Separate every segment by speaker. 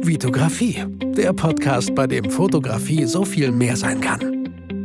Speaker 1: Vitografie, der Podcast, bei dem Fotografie so viel mehr sein kann.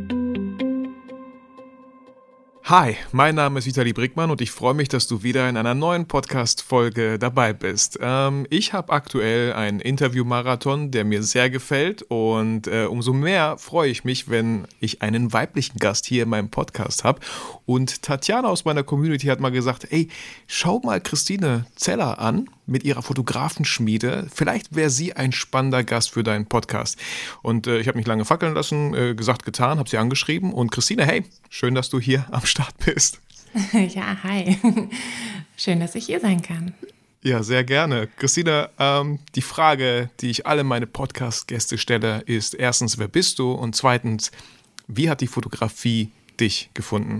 Speaker 2: Hi, mein Name ist Vitali Brickmann und ich freue mich, dass du wieder in einer neuen Podcast-Folge dabei bist. Ich habe aktuell einen Interview-Marathon, der mir sehr gefällt und umso mehr freue ich mich, wenn ich einen weiblichen Gast hier in meinem Podcast habe. Und Tatjana aus meiner Community hat mal gesagt, ey, schau mal Christine Zeller an mit ihrer Fotografenschmiede. Vielleicht wäre sie ein spannender Gast für deinen Podcast. Und ich habe mich lange fackeln lassen, gesagt, getan, habe sie angeschrieben. Und Christine, hey, schön, dass du hier am Start bist.
Speaker 3: Ja, hi. Schön, dass ich hier sein kann.
Speaker 2: Ja, sehr gerne. Christine, die Frage, die ich alle meine Podcast-Gäste stelle, ist erstens, wer bist du? Und zweitens, wie hat die Fotografie dich gefunden?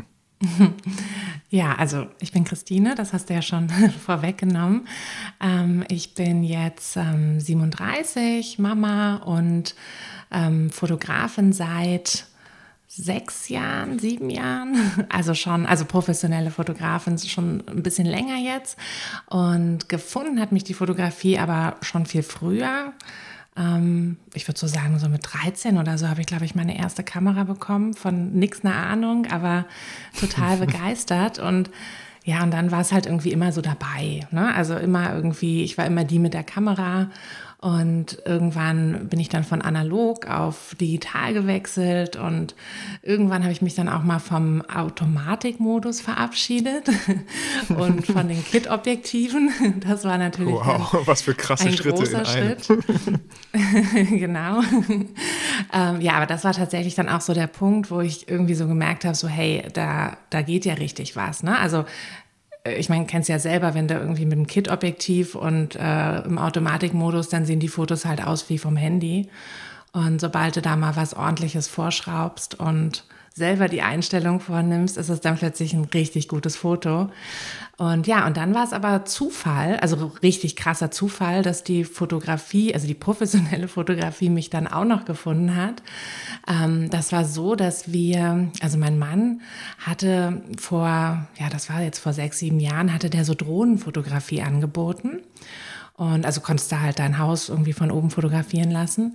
Speaker 3: Ja, also ich bin Christine, das hast du ja schon vorweggenommen. Ich bin jetzt 37, Mama und Fotografin seit 7 Jahren, also professionelle Fotografin schon ein bisschen länger jetzt. Und gefunden hat mich die Fotografie aber schon viel früher. Ich würde so sagen, so mit 13 oder so habe ich, glaube ich, meine erste Kamera bekommen, von nix eine Ahnung, aber total begeistert. Und ja, und dann war es halt irgendwie immer so dabei, ne? Also immer irgendwie, ich war immer die mit der Kamera. Und irgendwann bin ich dann von analog auf digital gewechselt und irgendwann habe ich mich dann auch mal vom Automatikmodus verabschiedet und von den Kit-Objektiven. Das war natürlich
Speaker 2: was für krasse Schritte
Speaker 3: großer
Speaker 2: in einem.
Speaker 3: Schritt. Genau. Ja, aber das war tatsächlich dann auch so der Punkt, wo ich irgendwie so gemerkt habe, so hey, da geht ja richtig was, ne? Also ich meine, kennst ja selber, wenn du irgendwie mit dem Kit-Objektiv und im Automatikmodus, dann sehen die Fotos halt aus wie vom Handy. Und sobald du da mal was Ordentliches vorschraubst und selber die Einstellung vornimmst, ist es dann plötzlich ein richtig gutes Foto. Und ja, und dann war es aber Zufall, also richtig krasser Zufall, dass die Fotografie, also die professionelle Fotografie mich dann auch noch gefunden hat. Das war so, dass also mein Mann hatte das war jetzt vor 6, 7 Jahren, hatte der so Drohnenfotografie angeboten. Und also konntest du halt dein Haus irgendwie von oben fotografieren lassen.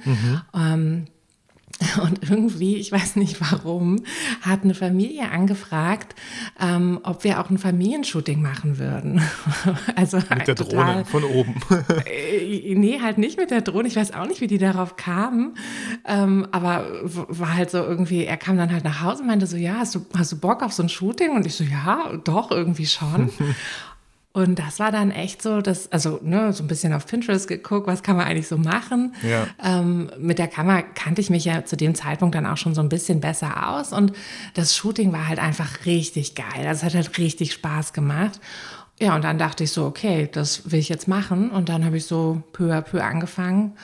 Speaker 3: Und irgendwie, ich weiß nicht warum, hat eine Familie angefragt, ob wir auch ein Familienshooting machen würden. Also
Speaker 2: mit
Speaker 3: halt
Speaker 2: der Drohne von oben.
Speaker 3: Nee, halt nicht mit der Drohne. Ich weiß auch nicht, wie die darauf kamen. Aber war halt so irgendwie, er kam dann halt nach Hause und meinte so, ja, hast du Bock auf so ein Shooting? Und ich so, ja, doch, irgendwie schon. Und das war dann echt so, so ein bisschen auf Pinterest geguckt, was kann man eigentlich so machen. Ja. Mit der Kamera kannte ich mich ja zu dem Zeitpunkt dann auch schon so ein bisschen besser aus. Und das Shooting war halt einfach richtig geil. Also es hat halt richtig Spaß gemacht. Ja, und dann dachte ich so, okay, das will ich jetzt machen. Und dann habe ich so peu à peu angefangen,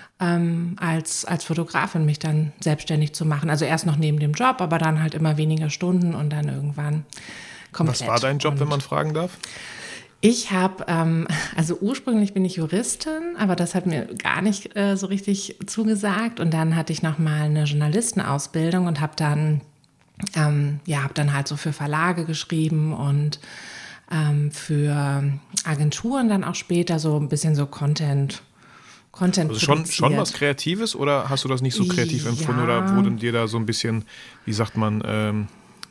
Speaker 3: als Fotografin mich dann selbstständig zu machen. Also erst noch neben dem Job, aber dann halt immer weniger Stunden und dann irgendwann komplett.
Speaker 2: Was war dein Job, wenn man fragen darf?
Speaker 3: Ich habe, also ursprünglich bin ich Juristin, aber das hat mir gar nicht so richtig zugesagt. Und dann hatte ich nochmal eine Journalistenausbildung und habe dann halt so für Verlage geschrieben und für Agenturen dann auch später so ein bisschen so Content
Speaker 2: also schon was Kreatives oder hast du das nicht so kreativ empfunden oder wurden dir da so ein bisschen, wie sagt man,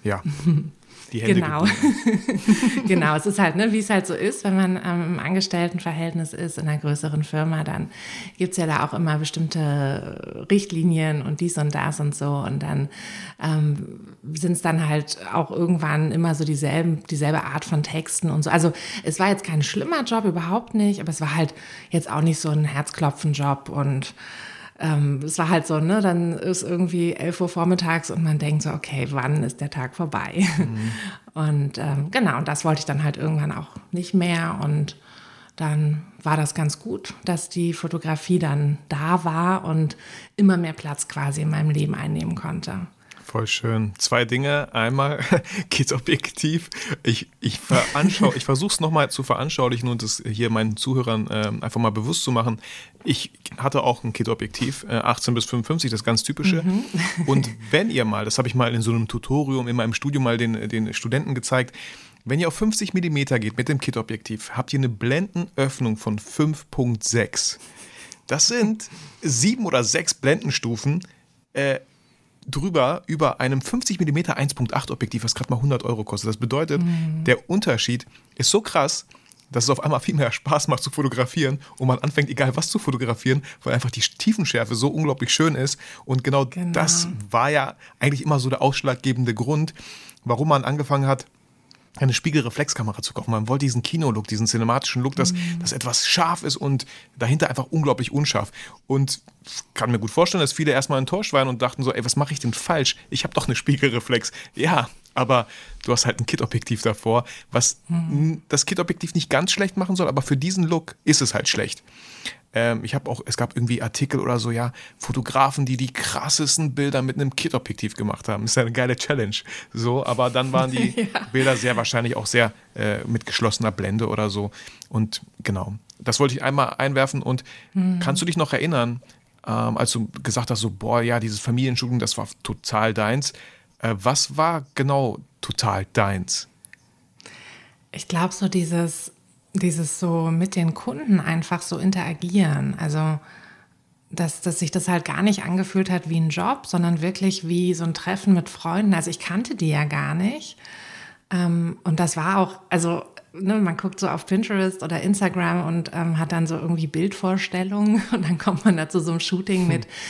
Speaker 2: die Hände gebunden?
Speaker 3: Genau, es ist halt, wie es halt so ist, wenn man im Angestelltenverhältnis ist in einer größeren Firma, dann gibt es ja da auch immer bestimmte Richtlinien und dies und das und so und dann sind es dann halt auch irgendwann immer so dieselbe Art von Texten und so. Also es war jetzt kein schlimmer Job, überhaupt nicht, aber es war halt jetzt auch nicht so ein Herzklopfen-Job und es war halt so, dann ist irgendwie 11 Uhr vormittags und man denkt so, okay, wann ist der Tag vorbei? Und genau, und das wollte ich dann halt irgendwann auch nicht mehr und dann war das ganz gut, dass die Fotografie dann da war und immer mehr Platz quasi in meinem Leben einnehmen konnte.
Speaker 2: Voll schön. 2 Dinge. Einmal Kit-Objektiv. Ich versuche es nochmal zu veranschaulichen und es hier meinen Zuhörern einfach mal bewusst zu machen. Ich hatte auch ein Kit-Objektiv, 18 bis 55, das ganz typische. Und wenn ihr mal, das habe ich mal in so einem Tutorium in meinem Studium mal den Studenten gezeigt, wenn ihr auf 50 mm geht mit dem Kit-Objektiv, habt ihr eine Blendenöffnung von 5,6. Das sind 7 oder 6 Blendenstufen drüber über einem 50 mm 1.8 Objektiv, was gerade mal 100 € kostet. Das bedeutet, der Unterschied ist so krass, dass es auf einmal viel mehr Spaß macht zu fotografieren und man anfängt, egal was zu fotografieren, weil einfach die Tiefenschärfe so unglaublich schön ist. Und genau das war ja eigentlich immer so der ausschlaggebende Grund, warum man angefangen hat, eine Spiegelreflexkamera zu kaufen. Man wollte diesen Kino-Look, diesen cinematischen Look, dass etwas scharf ist und dahinter einfach unglaublich unscharf. Und kann mir gut vorstellen, dass viele erstmal enttäuscht waren und dachten so, ey, was mache ich denn falsch? Ich habe doch eine Spiegelreflex. Ja, aber du hast halt ein Kit-Objektiv davor, was das Kit-Objektiv nicht ganz schlecht machen soll, aber für diesen Look ist es halt schlecht. Es gab irgendwie Artikel oder so, ja, Fotografen, die krassesten Bilder mit einem Kit-Objektiv gemacht haben. Ist ja eine geile Challenge. So, aber dann waren die Bilder sehr wahrscheinlich auch sehr mit geschlossener Blende oder so. Und genau, das wollte ich einmal einwerfen. Und kannst du dich noch erinnern, als du gesagt hast, so, boah, ja, dieses Familienshooting, das war total deins. Was war genau total deins?
Speaker 3: Ich glaube, so dieses so mit den Kunden einfach so interagieren. Also, dass sich das halt gar nicht angefühlt hat wie ein Job, sondern wirklich wie so ein Treffen mit Freunden. Also, ich kannte die ja gar nicht. Und das war auch, also, man guckt so auf Pinterest oder Instagram und hat dann so irgendwie Bildvorstellungen und dann kommt man da zu so einem Shooting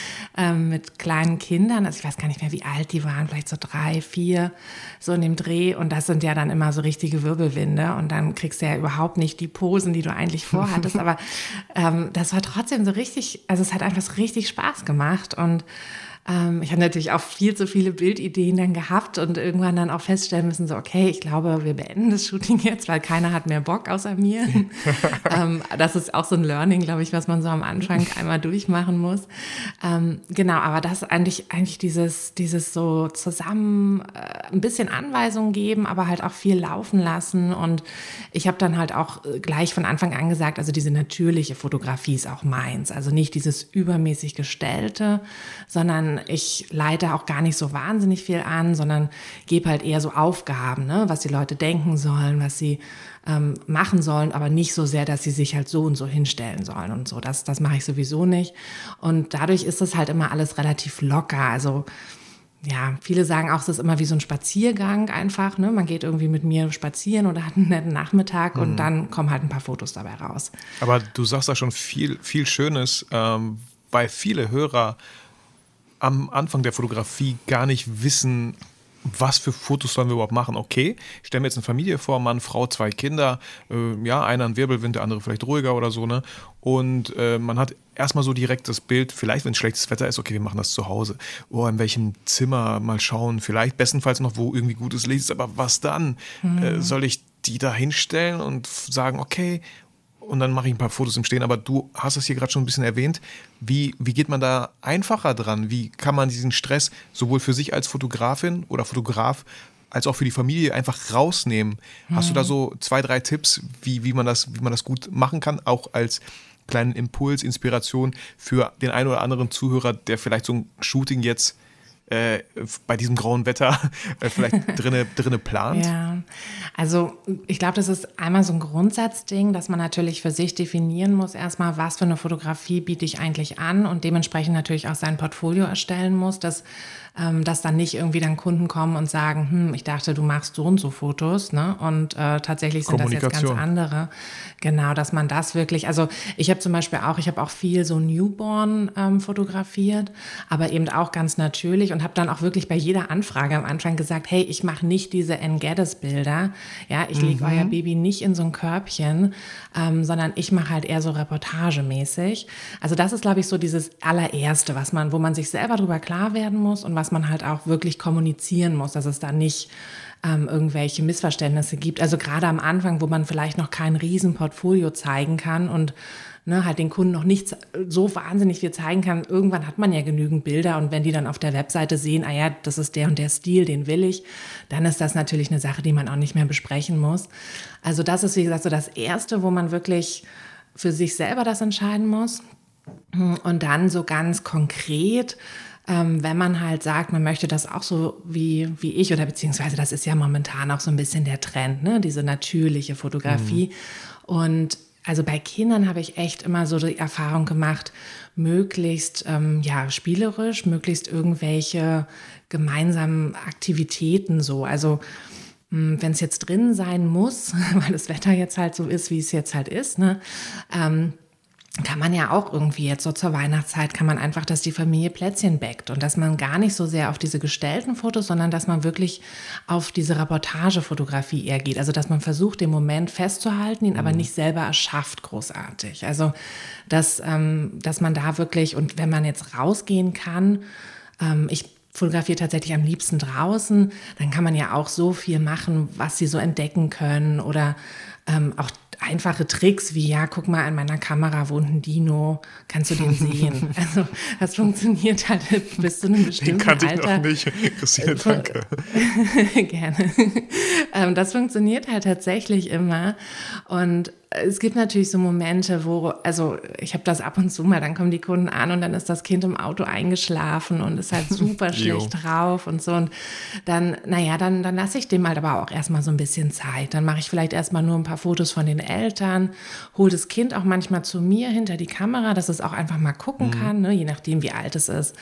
Speaker 3: mit kleinen Kindern. Also ich weiß gar nicht mehr, wie alt die waren, vielleicht so 3, 4, so in dem Dreh. Und das sind ja dann immer so richtige Wirbelwinde und dann kriegst du ja überhaupt nicht die Posen, die du eigentlich vorhattest. Aber das war trotzdem so richtig, also es hat einfach so richtig Spaß gemacht und ich habe natürlich auch viel zu viele Bildideen dann gehabt und irgendwann dann auch feststellen müssen, so okay, ich glaube, wir beenden das Shooting jetzt, weil keiner hat mehr Bock außer mir. Das ist auch so ein Learning, glaube ich, was man so am Anfang einmal durchmachen muss. Genau, aber das eigentlich dieses so zusammen ein bisschen Anweisungen geben, aber halt auch viel laufen lassen. Und ich habe dann halt auch gleich von Anfang an gesagt, also diese natürliche Fotografie ist auch meins. Also nicht dieses übermäßig Gestellte, sondern ich leite auch gar nicht so wahnsinnig viel an, sondern gebe halt eher so Aufgaben, ne? Was die Leute denken sollen, was sie machen sollen, aber nicht so sehr, dass sie sich halt so und so hinstellen sollen und so. Das mache ich sowieso nicht. Und dadurch ist das halt immer alles relativ locker. Also ja, viele sagen auch, es ist immer wie so ein Spaziergang einfach. Ne? Man geht irgendwie mit mir spazieren oder hat einen netten Nachmittag und dann kommen halt ein paar Fotos dabei raus.
Speaker 2: Aber du sagst da schon viel, viel Schönes, weil viele Hörer am Anfang der Fotografie gar nicht wissen, was für Fotos sollen wir überhaupt machen. Okay, ich stelle mir jetzt eine Familie vor, Mann, Frau, 2 Kinder, einer ein Wirbelwind, der andere vielleicht ruhiger oder so, ne? Und man hat erstmal so direkt das Bild, vielleicht wenn es schlechtes Wetter ist, okay, wir machen das zu Hause. Oh, in welchem Zimmer, mal schauen, vielleicht bestenfalls noch, wo irgendwie gutes Licht ist, aber was dann? Soll ich die da hinstellen und sagen, okay, und dann mache ich ein paar Fotos im Stehen, aber du hast es hier gerade schon ein bisschen erwähnt. Wie geht man da einfacher dran? Wie kann man diesen Stress sowohl für sich als Fotografin oder Fotograf als auch für die Familie einfach rausnehmen? Hast du da so 2, 3 Tipps, wie man das gut machen kann, auch als kleinen Impuls, Inspiration für den einen oder anderen Zuhörer, der vielleicht so ein Shooting jetzt bei diesem grauen Wetter vielleicht drinne plant?
Speaker 3: Ja, also ich glaube, das ist einmal so ein Grundsatzding, dass man natürlich für sich definieren muss, erstmal, was für eine Fotografie biete ich eigentlich an und dementsprechend natürlich auch sein Portfolio erstellen muss, dass dann nicht irgendwie dann Kunden kommen und sagen, ich dachte, du machst so und so Fotos, ne? Und tatsächlich sind das jetzt ganz andere. Genau, dass man das wirklich, also ich habe zum Beispiel auch viel so Newborn fotografiert, aber eben auch ganz natürlich und habe dann auch wirklich bei jeder Anfrage am Anfang gesagt, hey, ich mache nicht diese N-Geddes-Bilder, ja, ich lege euer Baby nicht in so ein Körbchen, sondern ich mache halt eher so reportagemäßig. Also das ist, glaube ich, so dieses allererste, wo man sich selber drüber klar werden muss und was man halt auch wirklich kommunizieren muss, dass es da nicht irgendwelche Missverständnisse gibt. Also gerade am Anfang, wo man vielleicht noch kein Riesenportfolio zeigen kann und halt den Kunden noch nicht so wahnsinnig viel zeigen kann. Irgendwann hat man ja genügend Bilder und wenn die dann auf der Webseite sehen, das ist der und der Stil, den will ich, dann ist das natürlich eine Sache, die man auch nicht mehr besprechen muss. Also das ist, wie gesagt, so das Erste, wo man wirklich für sich selber das entscheiden muss. Und dann so ganz konkret, wenn man halt sagt, man möchte das auch so wie ich oder beziehungsweise das ist ja momentan auch so ein bisschen der Trend, ne? Diese natürliche Fotografie. Und Also bei Kindern habe ich echt immer so die Erfahrung gemacht, möglichst spielerisch, möglichst irgendwelche gemeinsamen Aktivitäten so. Also wenn es jetzt drin sein muss, weil das Wetter jetzt halt so ist, wie es jetzt halt ist, ne, kann man ja auch irgendwie jetzt so zur Weihnachtszeit, kann man einfach, dass die Familie Plätzchen backt und dass man gar nicht so sehr auf diese gestellten Fotos, sondern dass man wirklich auf diese Reportagefotografie eher geht. Also dass man versucht, den Moment festzuhalten, ihn aber nicht selber erschafft großartig. Also dass man da wirklich, und wenn man jetzt rausgehen kann, ich fotografiere tatsächlich am liebsten draußen, dann kann man ja auch so viel machen, was sie so entdecken können oder auch einfache Tricks wie, ja, guck mal, an meiner Kamera wohnt ein Dino, kannst du den sehen? Also das funktioniert halt bis zu einem bestimmten Alter.
Speaker 2: Den kannte ich noch nicht. Christine, danke.
Speaker 3: Gerne. Das funktioniert halt tatsächlich immer und es gibt natürlich so Momente, wo, also ich habe das ab und zu mal, dann kommen die Kunden an und dann ist das Kind im Auto eingeschlafen und ist halt super schlecht drauf und so und dann lasse ich dem halt aber auch erstmal so ein bisschen Zeit. Dann mache ich vielleicht erstmal nur ein paar Fotos von den Eltern, hole das Kind auch manchmal zu mir hinter die Kamera, dass es auch einfach mal gucken kann, ne, je nachdem wie alt es ist,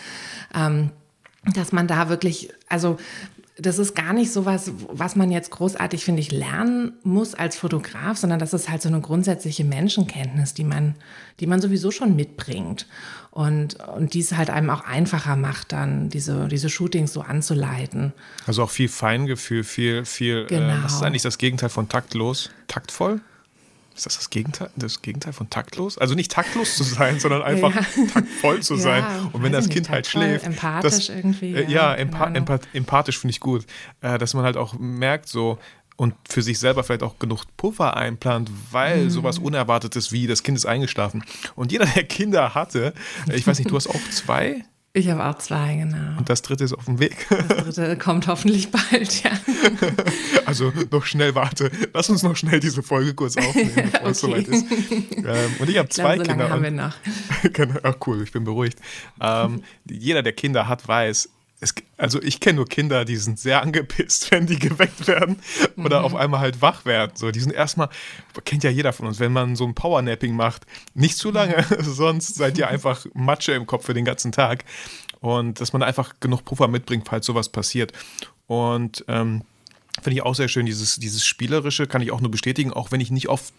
Speaker 3: dass man da wirklich, also das ist gar nicht so was man jetzt großartig, finde ich, lernen muss als Fotograf, sondern das ist halt so eine grundsätzliche Menschenkenntnis, die man sowieso schon mitbringt und die es halt einem auch einfacher macht, dann diese Shootings so anzuleiten.
Speaker 2: Also auch viel Feingefühl, viel
Speaker 3: genau.
Speaker 2: Was ist eigentlich das Gegenteil von taktlos? Taktvoll? Ist das Gegenteil von taktlos? Also nicht taktlos zu sein, sondern einfach taktvoll zu sein. Und wenn das Kind halt schläft.
Speaker 3: Empathisch irgendwie.
Speaker 2: Empathisch finde ich gut. Dass man halt auch merkt so und für sich selber vielleicht auch genug Puffer einplant, weil sowas Unerwartetes wie das Kind ist eingeschlafen. Und jeder, der Kinder hatte, ich weiß nicht, du hast auch 2?
Speaker 3: Ich habe auch 2, genau.
Speaker 2: Und das 3. ist auf dem Weg.
Speaker 3: Das 3. kommt hoffentlich bald, ja.
Speaker 2: Also noch schnell, warte. Lass uns noch schnell diese Folge kurz aufnehmen, bevor es soweit ist. Und ich habe 2 Kinder.
Speaker 3: So lange haben wir noch.
Speaker 2: Ach cool, ich bin beruhigt. Jeder, der Kinder hat, weiß, also ich kenne nur Kinder, die sind sehr angepisst, wenn die geweckt werden oder auf einmal halt wach werden. So, die sind erstmal, kennt ja jeder von uns, wenn man so ein Powernapping macht, nicht zu lange, sonst seid ihr einfach Matsche im Kopf für den ganzen Tag. Und dass man einfach genug Puffer mitbringt, falls sowas passiert. Und finde ich auch sehr schön, dieses Spielerische kann ich auch nur bestätigen, auch wenn ich nicht oft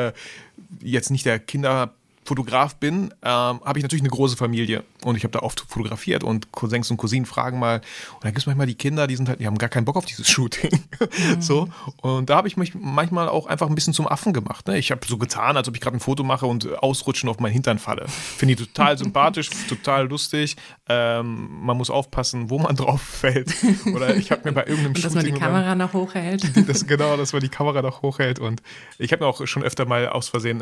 Speaker 2: jetzt nicht der Kinderfotograf bin, habe ich natürlich eine große Familie und ich habe da oft fotografiert und Cousins und Cousinen fragen mal und da gibt es manchmal die Kinder, die haben gar keinen Bock auf dieses Shooting. So, und da habe ich mich manchmal auch einfach ein bisschen zum Affen gemacht. Ne? Ich habe so getan, als ob ich gerade ein Foto mache und ausrutschen auf meinen Hintern falle. Finde ich total sympathisch, total lustig. Man muss aufpassen, wo man drauf fällt. Oder ich habe mir bei irgendeinem Shooting...
Speaker 3: Dass man die Kamera noch hochhält.
Speaker 2: Dass man die Kamera noch hochhält und ich habe mir auch schon öfter mal aus Versehen,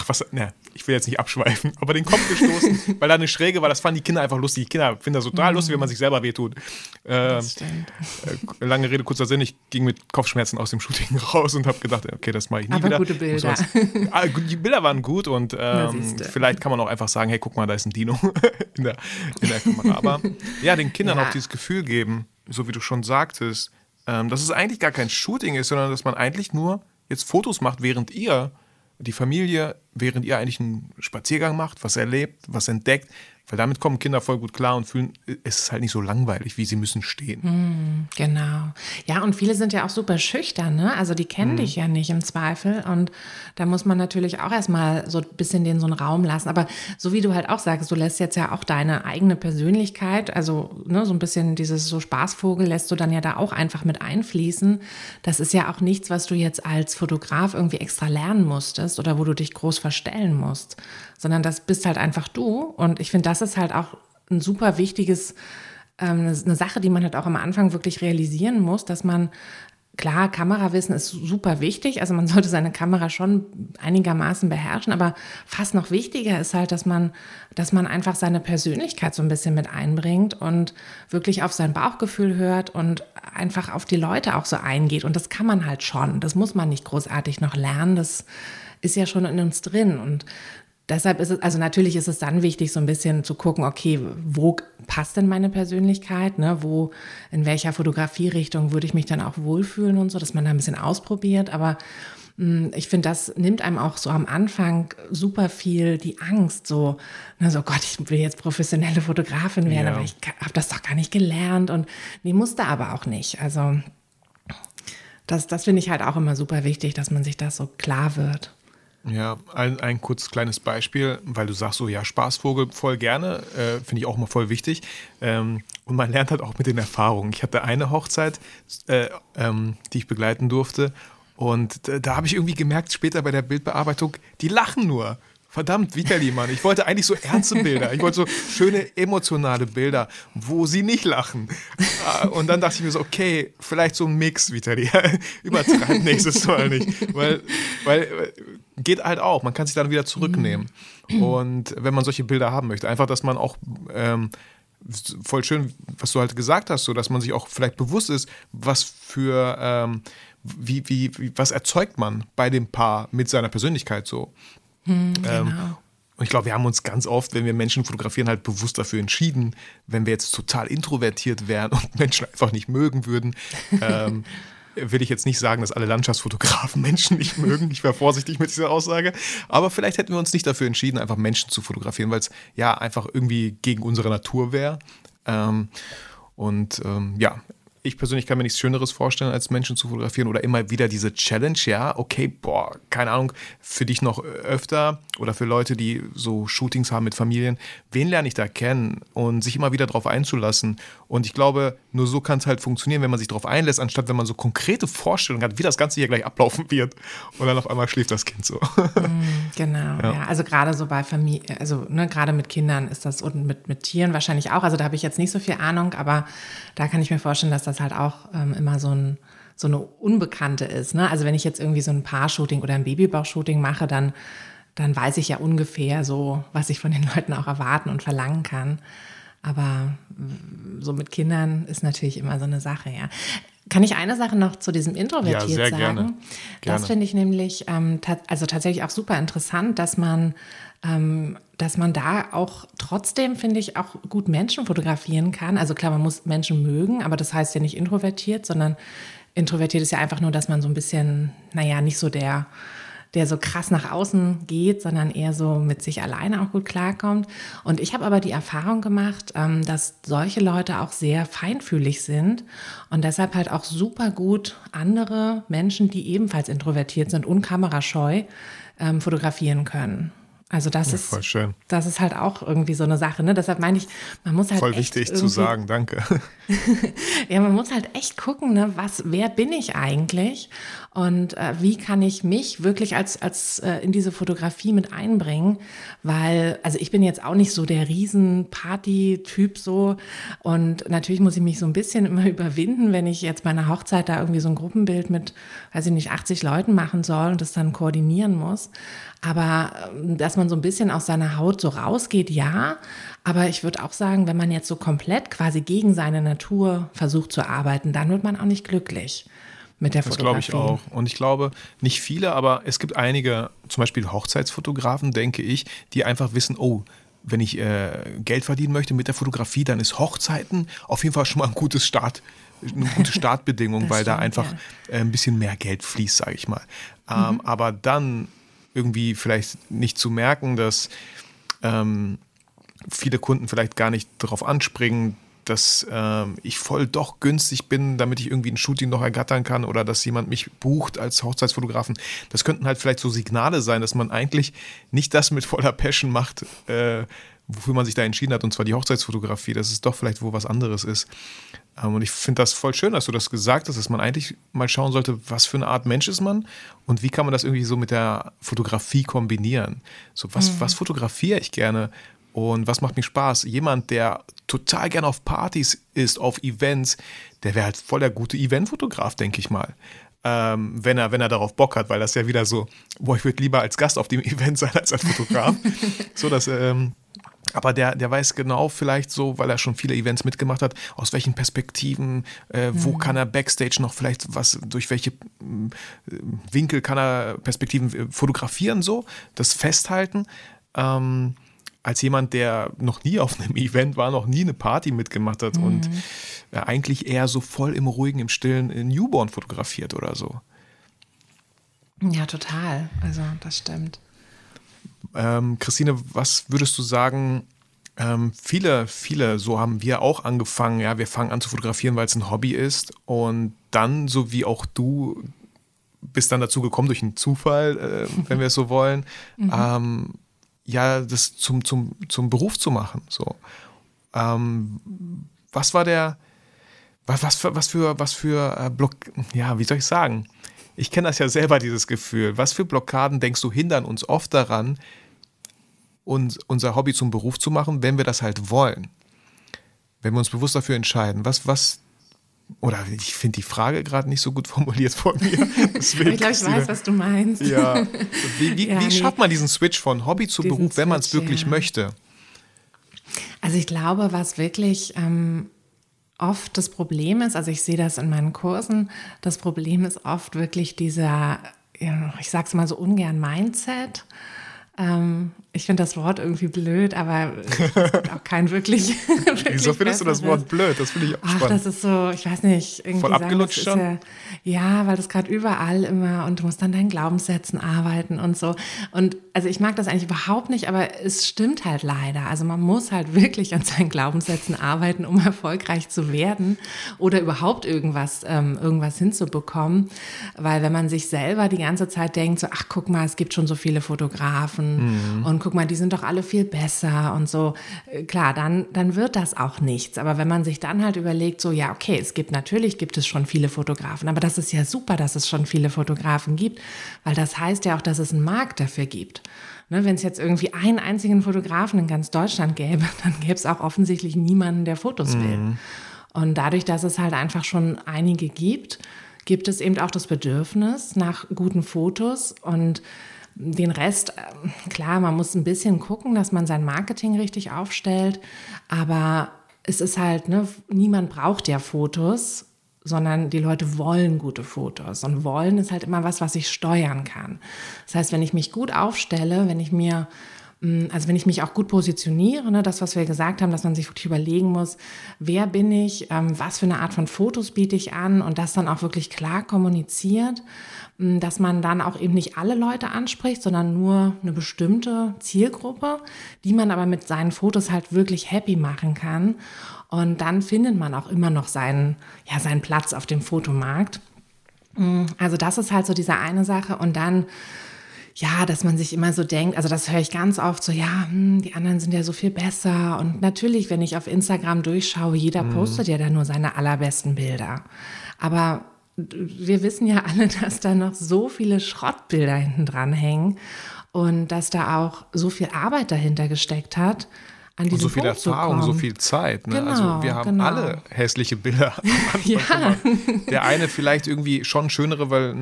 Speaker 2: ich will jetzt nicht abschweifen, aber den Kopf gestoßen, weil da eine Schräge war, das fanden die Kinder einfach lustig. Die Kinder finden das total lustig, wenn man sich selber wehtut. Lange Rede, kurzer Sinn, ich ging mit Kopfschmerzen aus dem Shooting raus und habe gedacht, okay, das mache ich nie
Speaker 3: aber
Speaker 2: wieder.
Speaker 3: Gute Bilder.
Speaker 2: Die Bilder waren gut und vielleicht kann man auch einfach sagen, hey, guck mal, da ist ein Dino in der Kamera. Aber ja, den Kindern auch dieses Gefühl geben, so wie du schon sagtest, dass es eigentlich gar kein Shooting ist, sondern dass man eigentlich nur jetzt Fotos macht, während ihr eigentlich einen Spaziergang macht, was erlebt, was entdeckt, weil damit kommen Kinder voll gut klar und fühlen, es ist halt nicht so langweilig, wie sie müssen stehen.
Speaker 3: Genau. Ja, und viele sind ja auch super schüchtern, ne? Also die kennen dich ja nicht im Zweifel und da muss man natürlich auch erstmal so ein bisschen denen so einen Raum lassen. Aber so wie du halt auch sagst, du lässt jetzt ja auch deine eigene Persönlichkeit, also ne, so ein bisschen dieses so Spaßvogel lässt du dann ja da auch einfach mit einfließen. Das ist ja auch nichts, was du jetzt als Fotograf irgendwie extra lernen musstest oder wo du dich groß verstellen musst, sondern das bist halt einfach du und ich finde, das ist halt auch ein super wichtiges, eine Sache, die man halt auch am Anfang wirklich realisieren muss, dass man, klar, Kamerawissen ist super wichtig, also man sollte seine Kamera schon einigermaßen beherrschen, aber fast noch wichtiger ist halt, dass man einfach seine Persönlichkeit so ein bisschen mit einbringt und wirklich auf sein Bauchgefühl hört und einfach auf die Leute auch so eingeht und das kann man halt schon, das muss man nicht großartig noch lernen, das ist ja schon in uns drin und deshalb ist es, also natürlich ist es dann wichtig, so ein bisschen zu gucken, okay, wo passt denn meine Persönlichkeit, ne? In welcher Fotografierichtung würde ich mich dann auch wohlfühlen und so, dass man da ein bisschen ausprobiert, aber ich finde, das nimmt einem auch so am Anfang super viel die Angst, so, Gott, ich will jetzt professionelle Fotografin werden, aber ich habe das doch gar nicht gelernt und nee, musste aber auch nicht. Also das finde ich halt auch immer super wichtig, dass man sich das so klar wird.
Speaker 2: Ja, ein kurz kleines Beispiel, weil du sagst so, ja, Spaßvogel voll gerne, finde ich auch immer voll wichtig. Und man lernt halt auch mit den Erfahrungen. Ich hatte eine Hochzeit, die ich begleiten durfte und da habe ich irgendwie gemerkt, später bei der Bildbearbeitung, die lachen nur. Verdammt, Vitali, Mann, ich wollte eigentlich so ernste Bilder, ich wollte so schöne emotionale Bilder, wo sie nicht lachen. Und dann dachte ich mir so, okay, vielleicht so ein Mix, Vitali, übertreib nächstes Mal nicht, weil geht halt auch, man kann sich dann wieder zurücknehmen. Und wenn man solche Bilder haben möchte, einfach, dass man auch voll schön, was du halt gesagt hast, so dass man sich auch vielleicht bewusst ist, was für was erzeugt man bei dem Paar mit seiner Persönlichkeit so.
Speaker 3: Genau.
Speaker 2: Und ich glaube, wir haben uns ganz oft, wenn wir Menschen fotografieren, halt bewusst dafür entschieden, wenn wir jetzt total introvertiert wären und Menschen einfach nicht mögen würden, will ich jetzt nicht sagen, dass alle Landschaftsfotografen Menschen nicht mögen. Ich wäre vorsichtig mit dieser Aussage. Aber vielleicht hätten wir uns nicht dafür entschieden, einfach Menschen zu fotografieren, weil es ja einfach irgendwie gegen unsere Natur wäre. Ich persönlich kann mir nichts Schöneres vorstellen, als Menschen zu fotografieren oder immer wieder diese Challenge, ja, okay, keine Ahnung, für dich noch öfter oder für Leute, die so Shootings haben mit Familien, wen lerne ich da kennen und sich immer wieder darauf einzulassen. Und ich glaube, nur so kann es halt funktionieren, wenn man sich darauf einlässt, anstatt wenn man so konkrete Vorstellungen hat, wie das Ganze hier gleich ablaufen wird und dann auf einmal schläft das Kind so.
Speaker 3: Genau, ja. Also gerade so bei Familie, also gerade mit Kindern ist das und mit Tieren wahrscheinlich auch, also da habe ich jetzt nicht so viel Ahnung, aber da kann ich mir vorstellen, dass das halt auch immer so eine Unbekannte ist. Ne? Also wenn ich jetzt irgendwie so ein Paar-Shooting oder ein Babybauch-Shooting mache, dann weiß ich ja ungefähr so, was ich von den Leuten auch erwarten und verlangen kann. Aber so mit Kindern ist natürlich immer so eine Sache, ja. Kann ich eine Sache noch zu diesem Introvertiert
Speaker 2: sehr
Speaker 3: sagen?
Speaker 2: Gerne.
Speaker 3: Das finde ich nämlich also tatsächlich auch super interessant, dass man da auch trotzdem, finde ich, auch gut Menschen fotografieren kann. Also klar, man muss Menschen mögen, aber das heißt ja nicht introvertiert, sondern introvertiert ist ja einfach nur, dass man so ein bisschen, nicht so der so krass nach außen geht, sondern eher so mit sich alleine auch gut klarkommt. Und ich habe aber die Erfahrung gemacht, dass solche Leute auch sehr feinfühlig sind und deshalb halt auch super gut andere Menschen, die ebenfalls introvertiert sind und kamerascheu, fotografieren können. Also das ist
Speaker 2: voll schön.
Speaker 3: Das ist halt auch irgendwie so eine Sache, ne? Deshalb meine ich, man muss halt
Speaker 2: voll wichtig zu sagen, danke.
Speaker 3: Ja, man muss halt echt gucken, ne, wer bin ich eigentlich und wie kann ich mich wirklich als in diese Fotografie mit einbringen, weil, also ich bin jetzt auch nicht so der Riesen-Party-Typ so und natürlich muss ich mich so ein bisschen immer überwinden, wenn ich jetzt bei einer Hochzeit da irgendwie so ein Gruppenbild mit, 80 Leuten machen soll und das dann koordinieren muss, aber dass man so ein bisschen aus seiner Haut so rausgeht, ja, aber ich würde auch sagen, wenn man jetzt so komplett quasi gegen seine Natur versucht zu arbeiten, dann wird man auch nicht glücklich mit der Fotografie.
Speaker 2: Das glaube ich auch. Und ich glaube, nicht viele, aber es gibt einige, zum Beispiel Hochzeitsfotografen, denke ich, die einfach wissen, wenn ich Geld verdienen möchte mit der Fotografie, dann ist Hochzeiten auf jeden Fall schon mal eine gute Startbedingung, weil da einfach ein bisschen mehr Geld fließt, sage ich mal. Aber dann irgendwie vielleicht nicht zu merken, dass viele Kunden vielleicht gar nicht darauf anspringen, dass ich voll doch günstig bin, damit ich irgendwie ein Shooting noch ergattern kann oder dass jemand mich bucht als Hochzeitsfotografen. Das könnten halt vielleicht so Signale sein, dass man eigentlich nicht das mit voller Passion macht, wofür man sich da entschieden hat, und zwar die Hochzeitsfotografie, dass es doch vielleicht wo was anderes ist. Und ich finde das voll schön, dass du das gesagt hast, dass man eigentlich mal schauen sollte, was für eine Art Mensch ist man und wie kann man das irgendwie so mit der Fotografie kombinieren. So, was fotografiere ich gerne und was macht mir Spaß? Jemand, der total gerne auf Partys ist, auf Events, der wäre halt voll der gute Eventfotograf, denke ich mal. Wenn er darauf Bock hat, weil das ja wieder so, ich würde lieber als Gast auf dem Event sein als als Fotograf. So, dass aber der weiß genau vielleicht so, weil er schon viele Events mitgemacht hat, aus welchen Perspektiven, wo kann er Backstage noch vielleicht durch welche Winkel kann er Perspektiven fotografieren, so, das festhalten. Als jemand, der noch nie auf einem Event war, noch nie eine Party mitgemacht hat und eigentlich eher so voll im Ruhigen, im Stillen Newborn fotografiert oder so.
Speaker 3: Ja, total. Also das stimmt.
Speaker 2: Christine, was würdest du sagen, viele, so haben wir auch angefangen, ja, wir fangen an zu fotografieren, weil es ein Hobby ist und dann, so wie auch du, bist dann dazu gekommen durch einen Zufall, wenn wir es so wollen, ja, das zum Beruf zu machen, so. Was war was für ja, wie soll ich sagen? Ich kenne das ja selber, dieses Gefühl. Was für Blockaden, denkst du, hindern uns oft daran, unser Hobby zum Beruf zu machen, wenn wir das halt wollen? Wenn wir uns bewusst dafür entscheiden. Oder ich finde die Frage gerade nicht so gut formuliert von mir. Deswegen,
Speaker 3: ich glaube, ich weiß, was du meinst.
Speaker 2: Ja. Wie schafft man diesen Switch von Hobby zu Beruf, wenn man es wirklich möchte? Also
Speaker 3: ich glaube, was wirklich oft das Problem ist, also ich sehe das in meinen Kursen, das Problem ist oft wirklich dieser, ich sage es mal so ungern, Mindset. Ich finde das Wort irgendwie blöd, aber es gibt auch kein wirklich
Speaker 2: Wieso findest du das Wort blöd? Das finde ich auch spannend.
Speaker 3: Das ist so, ich weiß nicht. Irgendwie
Speaker 2: voll abgelutscht schon?
Speaker 3: Ja, weil das gerade überall immer und du musst an deinen Glaubenssätzen arbeiten und so. Und also ich mag das eigentlich überhaupt nicht, aber es stimmt halt leider. Also man muss halt wirklich an seinen Glaubenssätzen arbeiten, um erfolgreich zu werden oder überhaupt irgendwas hinzubekommen. Weil wenn man sich selber die ganze Zeit denkt, so, ach guck mal, es gibt schon so viele Fotografen und guck mal, die sind doch alle viel besser und so. Klar, dann wird das auch nichts. Aber wenn man sich dann halt überlegt, so, ja, okay, natürlich gibt es schon viele Fotografen, aber das ist ja super, dass es schon viele Fotografen gibt, weil das heißt ja auch, dass es einen Markt dafür gibt. Ne, wenn es jetzt irgendwie einen einzigen Fotografen in ganz Deutschland gäbe, dann gäbe es auch offensichtlich niemanden, der Fotos will. Und dadurch, dass es halt einfach schon einige gibt es eben auch das Bedürfnis nach guten Fotos und den Rest, klar, man muss ein bisschen gucken, dass man sein Marketing richtig aufstellt, aber es ist halt, niemand braucht ja Fotos, sondern die Leute wollen gute Fotos und wollen ist halt immer was ich steuern kann. Das heißt, wenn ich mich gut aufstelle, wenn ich mich auch gut positioniere, das, was wir gesagt haben, dass man sich wirklich überlegen muss, wer bin ich, was für eine Art von Fotos biete ich an und das dann auch wirklich klar kommuniziert, dass man dann auch eben nicht alle Leute anspricht, sondern nur eine bestimmte Zielgruppe, die man aber mit seinen Fotos halt wirklich happy machen kann. Und dann findet man auch immer noch seinen Platz auf dem Fotomarkt. Also das ist halt so diese eine Sache. Und dann, ja, dass man sich immer so denkt, also das höre ich ganz oft so, ja, die anderen sind ja so viel besser. Und natürlich, wenn ich auf Instagram durchschaue, jeder postet ja da nur seine allerbesten Bilder. Aber wir wissen ja alle, dass da noch so viele Schrottbilder hinten dran hängen und dass da auch so viel Arbeit dahinter gesteckt hat, an diesem Punkt zu kommen. Und so viel Erfahrung,
Speaker 2: so viel Zeit. Ne?
Speaker 3: Genau,
Speaker 2: also wir haben alle hässliche Bilder am Anfang gemacht. Der eine vielleicht irgendwie schon schönere, weil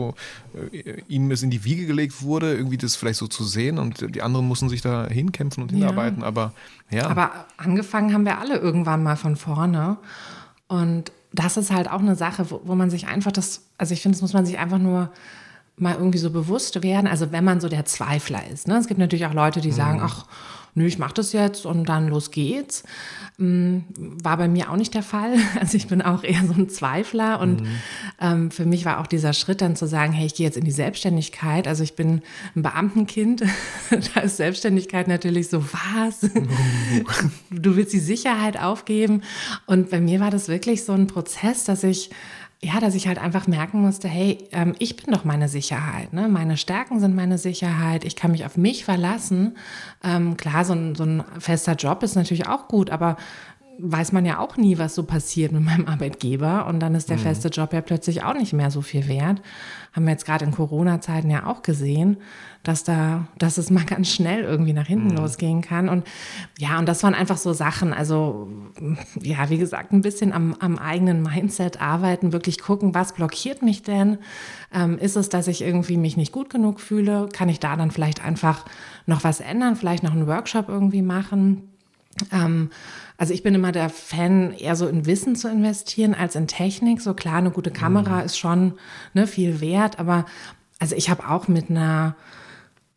Speaker 2: ihm es in die Wiege gelegt wurde, irgendwie das vielleicht so zu sehen und die anderen mussten sich da hinkämpfen und hinarbeiten. Aber
Speaker 3: angefangen haben wir alle irgendwann mal von vorne und das ist halt auch eine Sache, wo man sich einfach ich finde, das muss man sich einfach nur mal irgendwie so bewusst werden, also wenn man so der Zweifler ist. Ne? Es gibt natürlich auch Leute, die sagen, ach, nö, ich mache das jetzt und dann los geht's. War bei mir auch nicht der Fall. Also ich bin auch eher so ein Zweifler und für mich war auch dieser Schritt dann zu sagen, hey, ich gehe jetzt in die Selbstständigkeit. Also ich bin ein Beamtenkind. Da ist Selbstständigkeit natürlich so, was? Du willst die Sicherheit aufgeben. Und bei mir war das wirklich so ein Prozess, dass ich halt einfach merken musste, hey, ich bin doch meine Sicherheit, ne? Meine Stärken sind meine Sicherheit, ich kann mich auf mich verlassen. Klar, so ein fester Job ist natürlich auch gut, aber weiß man ja auch nie, was so passiert mit meinem Arbeitgeber und dann ist der feste Job ja plötzlich auch nicht mehr so viel wert. Haben wir jetzt gerade in Corona-Zeiten ja auch gesehen, dass es mal ganz schnell irgendwie nach hinten losgehen kann und das waren einfach so Sachen, also wie gesagt, ein bisschen am eigenen Mindset arbeiten, wirklich gucken, was blockiert mich denn? Ist es, dass ich irgendwie mich nicht gut genug fühle? Kann ich da dann vielleicht einfach noch was ändern, vielleicht noch einen Workshop irgendwie machen? Also ich bin immer der Fan, eher so in Wissen zu investieren als in Technik. So klar, eine gute Kamera ist schon viel wert, aber also ich habe auch mit einer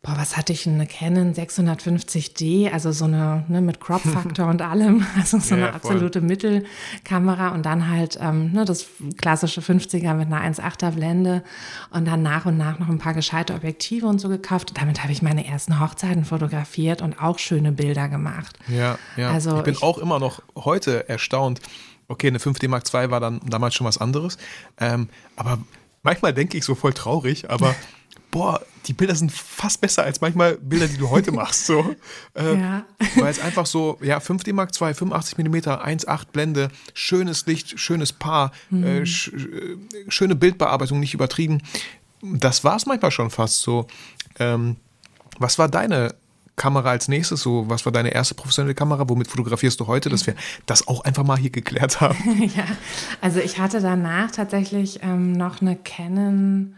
Speaker 3: was hatte ich, eine Canon 650D, also so eine, ne, mit Crop-Faktor und allem, also so eine absolute Mittelkamera und dann halt das klassische 50er mit einer 1,8er Blende und dann nach und nach noch ein paar gescheite Objektive und so gekauft. Und damit habe ich meine ersten Hochzeiten fotografiert und auch schöne Bilder gemacht.
Speaker 2: Ja. Also ich bin auch immer noch heute erstaunt. Okay, eine 5D Mark II war dann damals schon was anderes, aber manchmal denke ich so voll traurig, aber die Bilder sind fast besser als manchmal Bilder, die du heute machst. So. Weil es einfach so, 5D Mark II, 85 mm, 1,8 Blende, schönes Licht, schönes Paar, schöne Bildbearbeitung, nicht übertrieben. Das war es manchmal schon fast so. Was war deine Kamera als nächstes? So, was war deine erste professionelle Kamera? Womit fotografierst du heute? Dass wir das auch einfach mal hier geklärt haben.
Speaker 3: Ja, also ich hatte danach tatsächlich noch eine Canon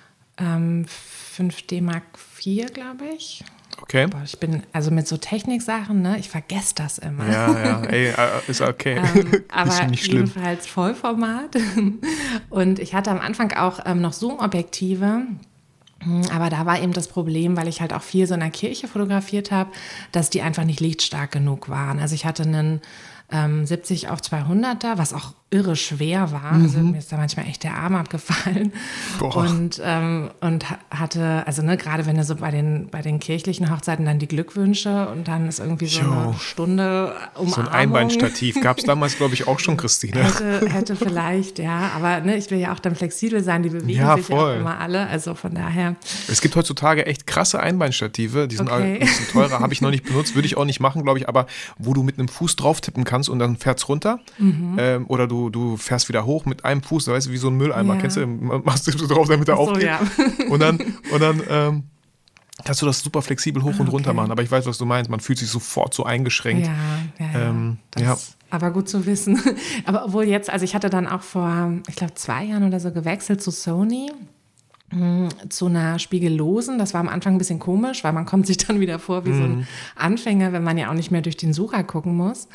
Speaker 3: 5D Mark IV, glaube ich.
Speaker 2: Okay.
Speaker 3: Ich bin, also mit so Techniksachen, ne, ich vergesse das immer.
Speaker 2: Ja, ist okay.
Speaker 3: Aber
Speaker 2: nicht schlimm.
Speaker 3: Jedenfalls Vollformat. Und ich hatte am Anfang auch noch Zoom-Objektive. Aber da war eben das Problem, weil ich halt auch viel so in der Kirche fotografiert habe, dass die einfach nicht lichtstark genug waren. Also ich hatte einen 70 auf 200er, was auch irre schwer war. Also mir ist da manchmal echt der Arm abgefallen. Und hatte, also ne, gerade wenn du so bei den kirchlichen Hochzeiten dann die Glückwünsche und dann ist irgendwie so eine Stunde Umarmung.
Speaker 2: So ein Einbeinstativ gab es damals, glaube ich, auch schon, Christine.
Speaker 3: Hätte vielleicht, ja. Aber ne, ich will ja auch dann flexibel sein, die bewegen sich ja auch immer alle. Also von daher.
Speaker 2: Es gibt heutzutage echt krasse Einbeinstative, die sind ein bisschen teurer, habe ich noch nicht benutzt, würde ich auch nicht machen, glaube ich, aber wo du mit einem Fuß drauf tippen kannst und dann fährt's runter oder du fährst wieder hoch mit einem Fuß, weißt du, wie so ein Mülleimer, kennst du, machst du so drauf, damit er aufgeht. Ja. Und dann kannst du das super flexibel hoch und runter machen, aber ich weiß, was du meinst, man fühlt sich sofort so eingeschränkt.
Speaker 3: Aber gut zu wissen. Aber obwohl jetzt, also ich hatte dann auch vor, ich glaube 2 Jahren oder so gewechselt zu Sony, zu einer spiegellosen. Das war am Anfang ein bisschen komisch, weil man kommt sich dann wieder vor wie so ein Anfänger, wenn man ja auch nicht mehr durch den Sucher gucken muss.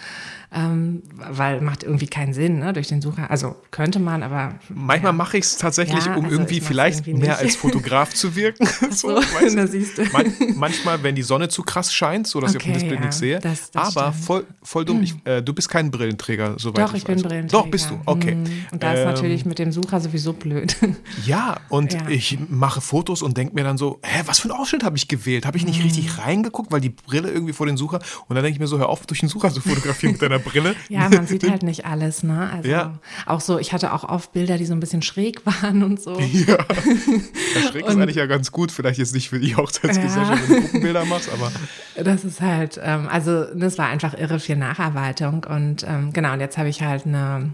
Speaker 3: Weil macht irgendwie keinen Sinn, ne, durch den Sucher. Also könnte man, aber...
Speaker 2: Manchmal mache ich es tatsächlich, um irgendwie vielleicht irgendwie mehr als Fotograf zu wirken.
Speaker 3: So, weißt du? Siehst du.
Speaker 2: Manchmal, wenn die Sonne zu krass scheint, so dass ich auf dem Display nichts sehe. Das aber voll dumm. Du bist kein Brillenträger, soweit
Speaker 3: Doch, ich bin Brillenträger.
Speaker 2: Doch, bist du, okay.
Speaker 3: Und da ist natürlich mit dem Sucher sowieso blöd.
Speaker 2: Ja, und ich mache Fotos und denke mir dann so, was für einen Ausschnitt habe ich gewählt? Habe ich nicht richtig reingeguckt, weil die Brille irgendwie vor den Sucher... Und dann denke ich mir so, hör auf, durch den Sucher zu fotografieren mit deiner Brille.
Speaker 3: Ja, man sieht halt nicht alles, ne? Also auch so, ich hatte auch oft Bilder, die so ein bisschen schräg waren und so.
Speaker 2: Ja, schräg ist eigentlich ja ganz gut, vielleicht jetzt nicht für die Hochzeitsgesellschaft, wenn du Gruppenbilder machst, aber...
Speaker 3: Das ist halt, also das war einfach irre viel Nacharbeitung und genau, und jetzt habe ich halt eine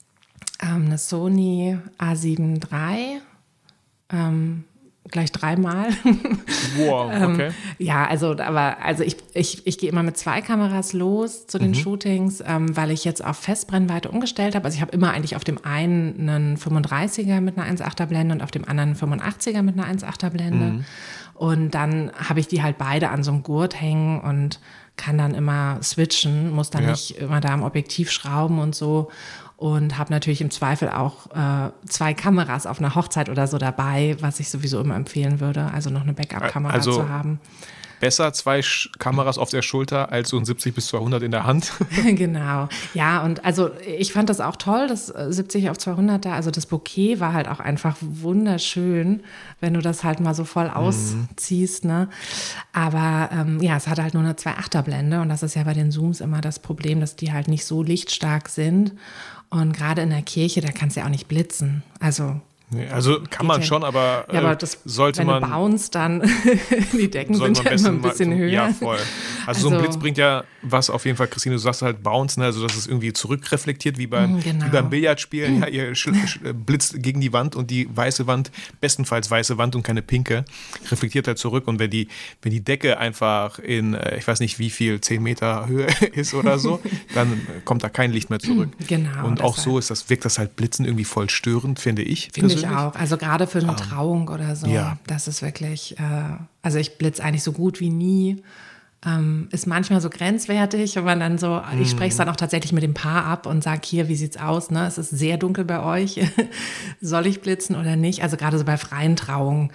Speaker 3: Sony A7 III, gleich 3-mal.
Speaker 2: Wow, okay.
Speaker 3: Ja, also ich gehe immer mit 2 Kameras los zu den Shootings, weil ich jetzt auf Festbrennweite umgestellt habe. Also ich habe immer eigentlich auf dem einen einen 35er mit einer 1,8er Blende und auf dem anderen einen 85er mit einer 1,8er Blende. Und dann habe ich die halt beide an so einem Gurt hängen und kann dann immer switchen, muss dann nicht immer da am Objektiv schrauben und so. Und habe natürlich im Zweifel auch 2 Kameras auf einer Hochzeit oder so dabei, was ich sowieso immer empfehlen würde, also noch eine Backup-Kamera zu haben.
Speaker 2: Besser 2 Kameras auf der Schulter als so ein 70 bis 200 in der Hand.
Speaker 3: Genau. Ja, und also ich fand das auch toll, das 70 auf 200er, also das Bouquet war halt auch einfach wunderschön, wenn du das halt mal so voll ausziehst, ne? Aber es hat halt nur eine 2,8er Blende und das ist ja bei den Zooms immer das Problem, dass die halt nicht so lichtstark sind. Und gerade in der Kirche, da kannst du ja auch nicht blitzen. Also
Speaker 2: kann man schon, aber,
Speaker 3: das,
Speaker 2: sollte
Speaker 3: wenn
Speaker 2: man...
Speaker 3: du bounce, dann die Decken sind ja immer ein bisschen höher.
Speaker 2: Ja, voll. Also so ein Blitz bringt ja was auf jeden Fall, Christine, du sagst halt bounce, ne? Also dass es irgendwie zurückreflektiert, wie beim Billardspielen. Ja, ihr blitzt gegen die Wand und die weiße Wand, bestenfalls weiße Wand und keine pinke, reflektiert halt zurück. Und wenn die Decke einfach in, ich weiß nicht wie viel, 10 Meter Höhe ist oder so, dann kommt da kein Licht mehr zurück.
Speaker 3: Genau.
Speaker 2: Und auch so wirkt das halt Blitzen irgendwie voll störend, finde ich.
Speaker 3: Finde ich auch. Also gerade für eine Trauung oder so. Ja. Das ist wirklich, also ich blitze eigentlich so gut wie nie. Ist manchmal so grenzwertig, wenn man dann so, ich spreche es dann auch tatsächlich mit dem Paar ab und sage, hier, wie sieht's aus? Ne? Es ist sehr dunkel bei euch. Soll ich blitzen oder nicht? Also gerade so bei freien Trauungen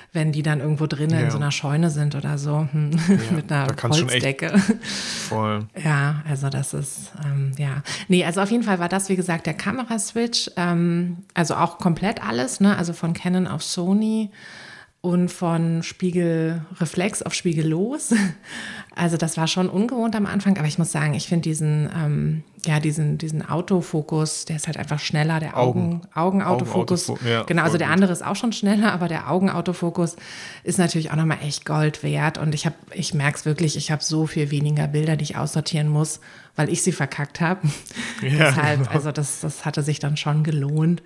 Speaker 3: wenn die dann irgendwo drinnen in so einer Scheune sind oder so, mit einer Holzdecke.
Speaker 2: Voll.
Speaker 3: Ja, also das ist, Nee, also auf jeden Fall war das, wie gesagt, der Kameraswitch, also auch komplett alles, ne? Also von Canon auf Sony und von Spiegelreflex auf Spiegellos. Also das war schon ungewohnt am Anfang, aber ich muss sagen, ich finde diesen Autofokus, der ist halt einfach schneller, der Augenautofokus.
Speaker 2: Ja,
Speaker 3: genau, also der andere ist auch schon schneller, aber der Augenautofokus ist natürlich auch nochmal echt Gold wert. Und ich merke es wirklich, ich habe so viel weniger Bilder, die ich aussortieren muss, weil ich sie verkackt habe.
Speaker 2: Ja,
Speaker 3: Deshalb,
Speaker 2: genau.
Speaker 3: also das hatte sich dann schon gelohnt.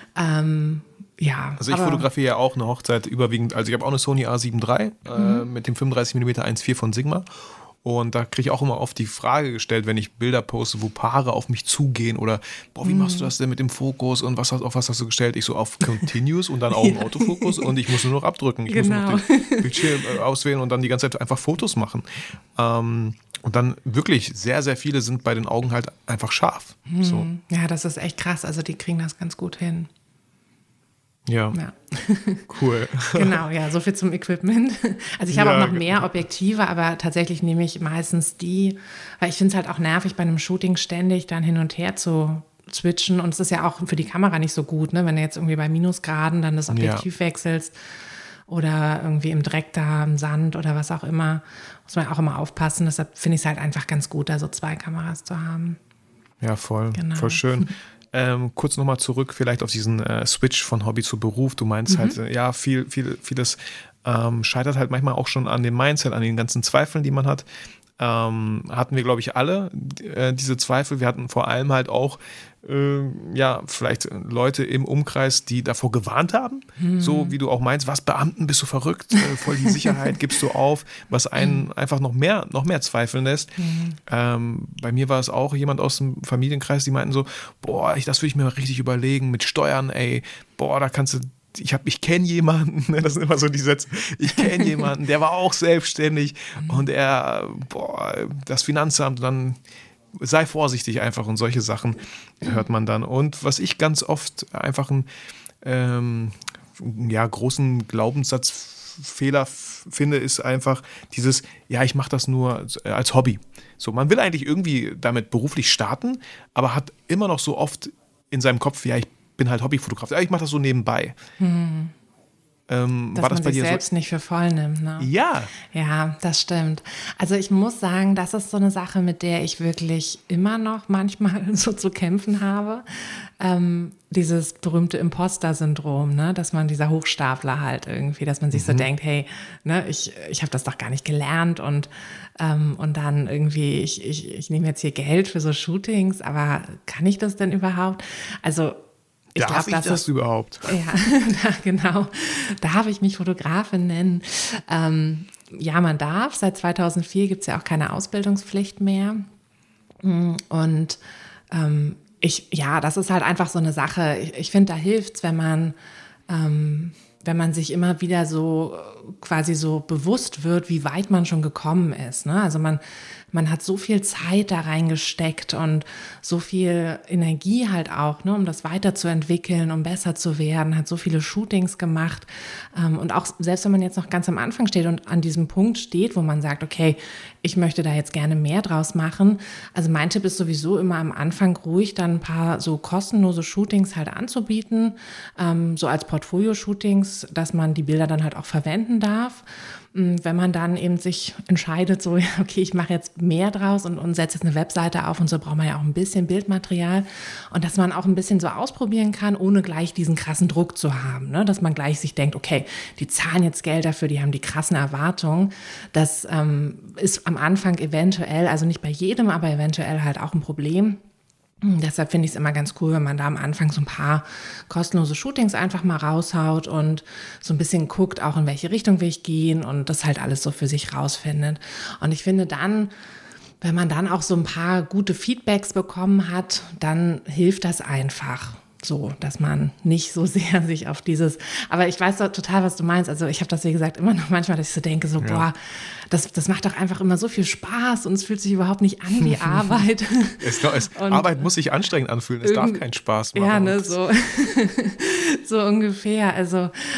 Speaker 3: Ja,
Speaker 2: also ich fotografiere ja auch eine Hochzeit überwiegend, also ich habe auch eine Sony A7 III mit dem 35mm 1.4 von Sigma und da kriege ich auch immer oft die Frage gestellt, wenn ich Bilder poste, wo Paare auf mich zugehen oder wie machst du das denn mit dem Fokus und auf was hast du gestellt? Ich so auf Continuous und dann Augenautofokus und ich muss nur noch abdrücken. Ich muss nur noch den Bildschirm auswählen und dann die ganze Zeit einfach Fotos machen. Und dann wirklich sehr, sehr viele sind bei den Augen halt einfach scharf. So.
Speaker 3: Ja, das ist echt krass, also die kriegen das ganz gut hin.
Speaker 2: Ja, cool.
Speaker 3: Genau, ja, so viel zum Equipment. Also ich habe auch noch mehr Objektive, aber tatsächlich nehme ich meistens die, weil ich finde es halt auch nervig, bei einem Shooting ständig dann hin und her zu switchen. Und es ist ja auch für die Kamera nicht so gut, ne? Wenn du jetzt irgendwie bei Minusgraden dann das Objektiv wechselst oder irgendwie im Dreck da, im Sand oder was auch immer, muss man auch immer aufpassen. Deshalb finde ich es halt einfach ganz gut, da so 2 Kameras zu haben.
Speaker 2: Ja, voll,
Speaker 3: Genau.
Speaker 2: voll schön. Kurz nochmal zurück vielleicht auf diesen Switch von Hobby zu Beruf. Du meinst halt, vieles scheitert halt manchmal auch schon an dem Mindset, an den ganzen Zweifeln, die man hat. Hatten wir, glaube ich, alle diese Zweifel. Wir hatten vor allem halt auch vielleicht Leute im Umkreis, die davor gewarnt haben. So wie du auch meinst, was Beamten, bist du verrückt? Voll die Sicherheit gibst du auf, was einen einfach noch mehr zweifeln lässt. Bei mir war es auch jemand aus dem Familienkreis, die meinten so, das würde ich mir mal richtig überlegen mit Steuern, da kannst du ich kenne jemanden, das sind immer so die Sätze, ich kenne jemanden, der war auch selbstständig und das Finanzamt, dann sei vorsichtig einfach und solche Sachen hört man dann. Und was ich ganz oft einfach einen großen Glaubenssatzfehler finde, ist einfach dieses, ich mache das nur als Hobby. So, man will eigentlich irgendwie damit beruflich starten, aber hat immer noch so oft in seinem Kopf, ich bin halt Hobbyfotograf. Ich mache das so nebenbei.
Speaker 3: Dass
Speaker 2: war das
Speaker 3: man
Speaker 2: bei
Speaker 3: sich
Speaker 2: dir
Speaker 3: selbst nicht für voll nimmt. Ne?
Speaker 2: Ja.
Speaker 3: Ja, das stimmt. Also ich muss sagen, das ist so eine Sache, mit der ich wirklich immer noch manchmal so zu kämpfen habe. Dieses berühmte Imposter-Syndrom, ne? Dass man dieser Hochstapler halt irgendwie, dass man sich so denkt, hey, ne, ich habe das doch gar nicht gelernt und dann irgendwie, ich nehme jetzt hier Geld für so Shootings, aber kann ich das denn überhaupt? Also
Speaker 2: Darf ich das überhaupt?
Speaker 3: Ja, genau. Darf ich mich Fotografin nennen? Ja, man darf. Seit 2004 gibt es ja auch keine Ausbildungspflicht mehr. Und das ist halt einfach so eine Sache. Ich finde, da hilft es, wenn man sich immer wieder so quasi so bewusst wird, wie weit man schon gekommen ist. Ne? Also man hat so viel Zeit da reingesteckt und so viel Energie halt auch, ne, um das weiterzuentwickeln, um besser zu werden, hat so viele Shootings gemacht. Und auch selbst wenn man jetzt noch ganz am Anfang steht und an diesem Punkt steht, wo man sagt, okay, ich möchte da jetzt gerne mehr draus machen. Also mein Tipp ist sowieso immer am Anfang ruhig dann ein paar so kostenlose Shootings halt anzubieten, so als Portfolio-Shootings, dass man die Bilder dann halt auch verwenden darf. Wenn man dann eben sich entscheidet, so, okay, ich mache jetzt mehr draus und setze jetzt eine Webseite auf und so, braucht man ja auch ein bisschen Bildmaterial und dass man auch ein bisschen so ausprobieren kann, ohne gleich diesen krassen Druck zu haben, ne? Dass man gleich sich denkt, okay, die zahlen jetzt Geld dafür, die haben die krassen Erwartungen. Das ist am Anfang eventuell, also nicht bei jedem, aber eventuell halt auch ein Problem. Deshalb finde ich es immer ganz cool, wenn man da am Anfang so ein paar kostenlose Shootings einfach mal raushaut und so ein bisschen guckt, auch in welche Richtung will ich gehen und das halt alles so für sich rausfindet. Und ich finde dann, wenn man dann auch so ein paar gute Feedbacks bekommen hat, dann hilft das einfach. So, dass man nicht so sehr sich auf dieses, aber ich weiß doch total, was du meinst. Also ich habe das, wie gesagt, immer noch manchmal, dass ich so denke, so, das macht doch einfach immer so viel Spaß und es fühlt sich überhaupt nicht an wie Arbeit.
Speaker 2: Arbeit muss sich anstrengend anfühlen, es darf keinen Spaß machen.
Speaker 3: Ja, ne, so ungefähr. Also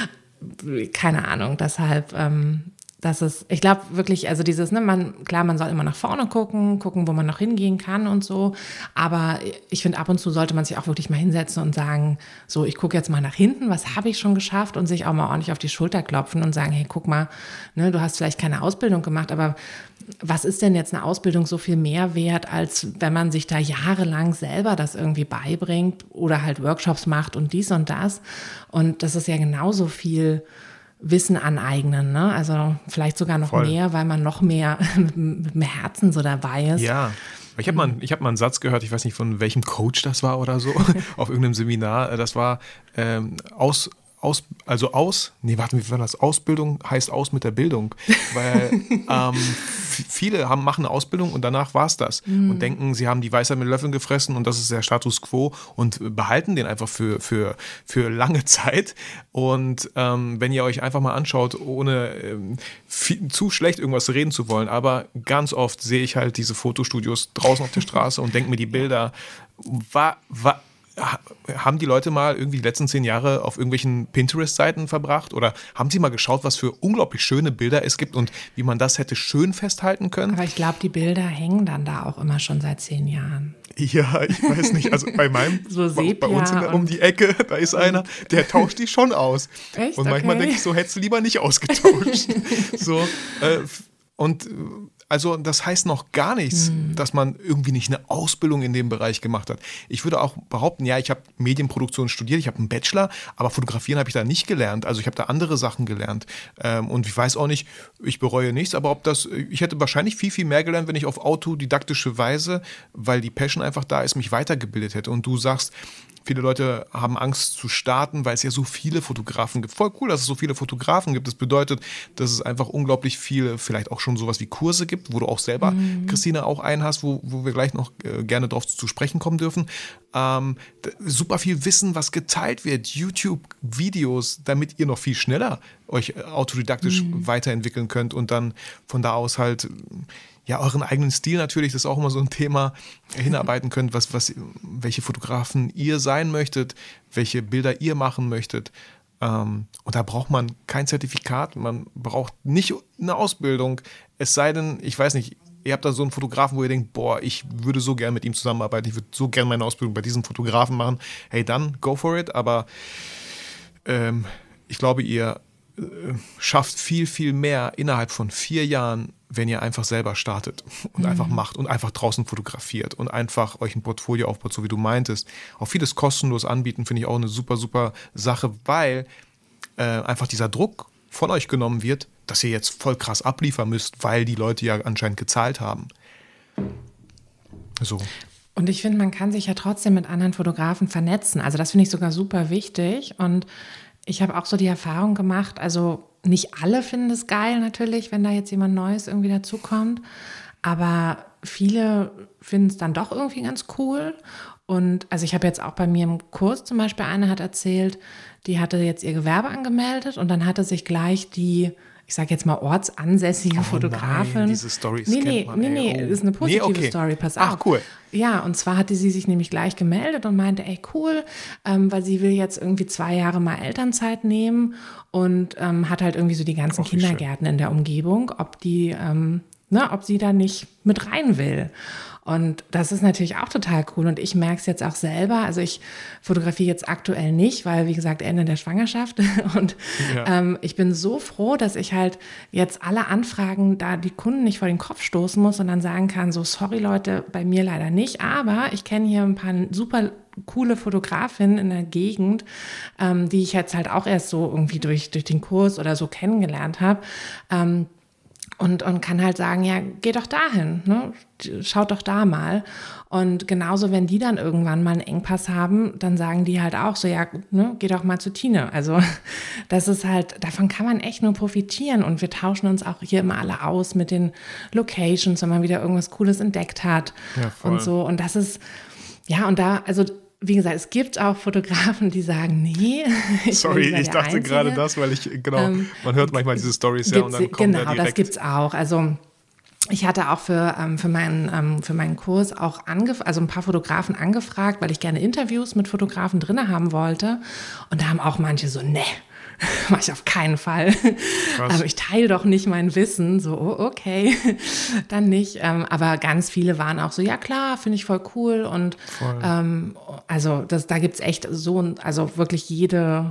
Speaker 3: keine Ahnung, deshalb, das ist, ich glaube wirklich, also dieses, ne, man soll immer nach vorne gucken, wo man noch hingehen kann und so, aber ich finde, ab und zu sollte man sich auch wirklich mal hinsetzen und sagen, so, ich gucke jetzt mal nach hinten, was habe ich schon geschafft, und sich auch mal ordentlich auf die Schulter klopfen und sagen, hey, guck mal, ne, du hast vielleicht keine Ausbildung gemacht, aber was ist denn jetzt eine Ausbildung so viel mehr wert, als wenn man sich da jahrelang selber das irgendwie beibringt oder halt Workshops macht und dies und das, und das ist ja genauso viel Wissen aneignen, ne? Also vielleicht sogar noch mehr, weil man noch mehr mit dem Herzen so dabei ist.
Speaker 2: Ja, ich habe mal einen Satz gehört, ich weiß nicht, von welchem Coach das war oder so, auf irgendeinem Seminar. Das war wie war das? Ausbildung heißt aus mit der Bildung. Weil viele machen eine Ausbildung und danach war es das. Und denken, sie haben die Weisheit mit Löffeln gefressen und das ist der Status quo und behalten den einfach für lange Zeit. Und wenn ihr euch einfach mal anschaut, ohne zu schlecht irgendwas reden zu wollen, aber ganz oft sehe ich halt diese Fotostudios draußen auf der Straße und denke mir die Bilder, haben die Leute mal irgendwie die letzten 10 Jahre auf irgendwelchen Pinterest-Seiten verbracht oder haben sie mal geschaut, was für unglaublich schöne Bilder es gibt und wie man das hätte schön festhalten können?
Speaker 3: Aber ich glaube, die Bilder hängen dann da auch immer schon seit 10 Jahren.
Speaker 2: Ja, ich weiß nicht, also bei meinem,
Speaker 3: so
Speaker 2: bei uns um die Ecke, da ist einer, der tauscht die schon aus.
Speaker 3: Echt?
Speaker 2: Und manchmal denke ich so, hättest du lieber nicht ausgetauscht. Also das heißt noch gar nichts, dass man irgendwie nicht eine Ausbildung in dem Bereich gemacht hat. Ich würde auch behaupten, ja, ich habe Medienproduktion studiert, ich habe einen Bachelor, aber Fotografieren habe ich da nicht gelernt. Also ich habe da andere Sachen gelernt. Und ich weiß auch nicht, ich bereue nichts, aber ich hätte wahrscheinlich viel, viel mehr gelernt, wenn ich auf autodidaktische Weise, weil die Passion einfach da ist, mich weitergebildet hätte. Und du sagst, viele Leute haben Angst zu starten, weil es ja so viele Fotografen gibt. Voll cool, dass es so viele Fotografen gibt. Das bedeutet, dass es einfach unglaublich viele, vielleicht auch schon sowas wie Kurse gibt, wo du auch selber, Christine, auch einen hast, wo wir gleich noch gerne drauf zu sprechen kommen dürfen. Super viel Wissen, was geteilt wird, YouTube-Videos, damit ihr noch viel schneller euch autodidaktisch weiterentwickeln könnt und dann von da aus halt ja, euren eigenen Stil natürlich, das ist auch immer so ein Thema, hinarbeiten könnt, welche Fotografen ihr sein möchtet, welche Bilder ihr machen möchtet. Und da braucht man kein Zertifikat, man braucht nicht eine Ausbildung, es sei denn, ich weiß nicht, ihr habt da so einen Fotografen, wo ihr denkt, boah, ich würde so gern mit ihm zusammenarbeiten, ich würde so gern meine Ausbildung bei diesem Fotografen machen. Hey, dann go for it, aber ich glaube, ihr schafft viel, viel mehr innerhalb von 4 Jahren, wenn ihr einfach selber startet und einfach macht und einfach draußen fotografiert und einfach euch ein Portfolio aufbaut, so wie du meintest. Auch vieles kostenlos anbieten, finde ich auch eine super, super Sache, weil einfach dieser Druck von euch genommen wird, dass ihr jetzt voll krass abliefern müsst, weil die Leute ja anscheinend gezahlt haben. So.
Speaker 3: Und ich finde, man kann sich ja trotzdem mit anderen Fotografen vernetzen. Also das finde ich sogar super wichtig. Und ich habe auch so die Erfahrung gemacht, also nicht alle finden es geil natürlich, wenn da jetzt jemand Neues irgendwie dazukommt, aber viele finden es dann doch irgendwie ganz cool. Und also ich habe jetzt auch bei mir im Kurs zum Beispiel, eine hat erzählt, die hatte jetzt ihr Gewerbe angemeldet und dann hatte sich gleich die, ich sage jetzt mal ortsansässige Fotografin.
Speaker 2: Nein, diese Storys
Speaker 3: Nee, das ist eine positive Story, pass auf.
Speaker 2: Ach, cool.
Speaker 3: Ja, und zwar hatte sie sich nämlich gleich gemeldet und meinte, ey, cool, weil sie will jetzt irgendwie 2 Jahre mal Elternzeit nehmen und hat halt irgendwie so die ganzen Kindergärten in der Umgebung, ob sie da nicht mit rein will. Und das ist natürlich auch total cool. Und ich merke es jetzt auch selber. Also ich fotografiere jetzt aktuell nicht, weil, wie gesagt, Ende der Schwangerschaft. Und ich bin so froh, dass ich halt jetzt alle Anfragen, da die Kunden nicht vor den Kopf stoßen muss und dann sagen kann, so sorry Leute, bei mir leider nicht. Aber ich kenne hier ein paar super coole Fotografinnen in der Gegend, die ich jetzt halt auch erst so irgendwie durch den Kurs oder so kennengelernt habe. Und kann halt sagen, ja, geh doch dahin, ne? Schaut doch da mal. Und genauso, wenn die dann irgendwann mal einen Engpass haben, dann sagen die halt auch so, ja, ne, geh doch mal zu Tine. Also das ist halt, davon kann man echt nur profitieren. Und wir tauschen uns auch hier immer alle aus mit den Locations, wenn man wieder irgendwas Cooles entdeckt hat.
Speaker 2: Ja, voll.
Speaker 3: Und so. Und das ist, ja, und da, also wie gesagt, es gibt auch Fotografen, die sagen, nee.
Speaker 2: Sorry, ich dachte gerade das, weil man hört manchmal diese Storys ja und dann kommt
Speaker 3: genau, das gibt's auch. Also ich hatte auch für meinen Kurs auch also ein paar Fotografen angefragt, weil ich gerne Interviews mit Fotografen drin haben wollte. Und da haben auch manche so, Mach ich auf keinen Fall.
Speaker 2: Krass.
Speaker 3: Also ich teile doch nicht mein Wissen. So, okay, dann nicht. Aber ganz viele waren auch so, ja klar, finde ich voll cool. Und also da gibt es echt also wirklich jede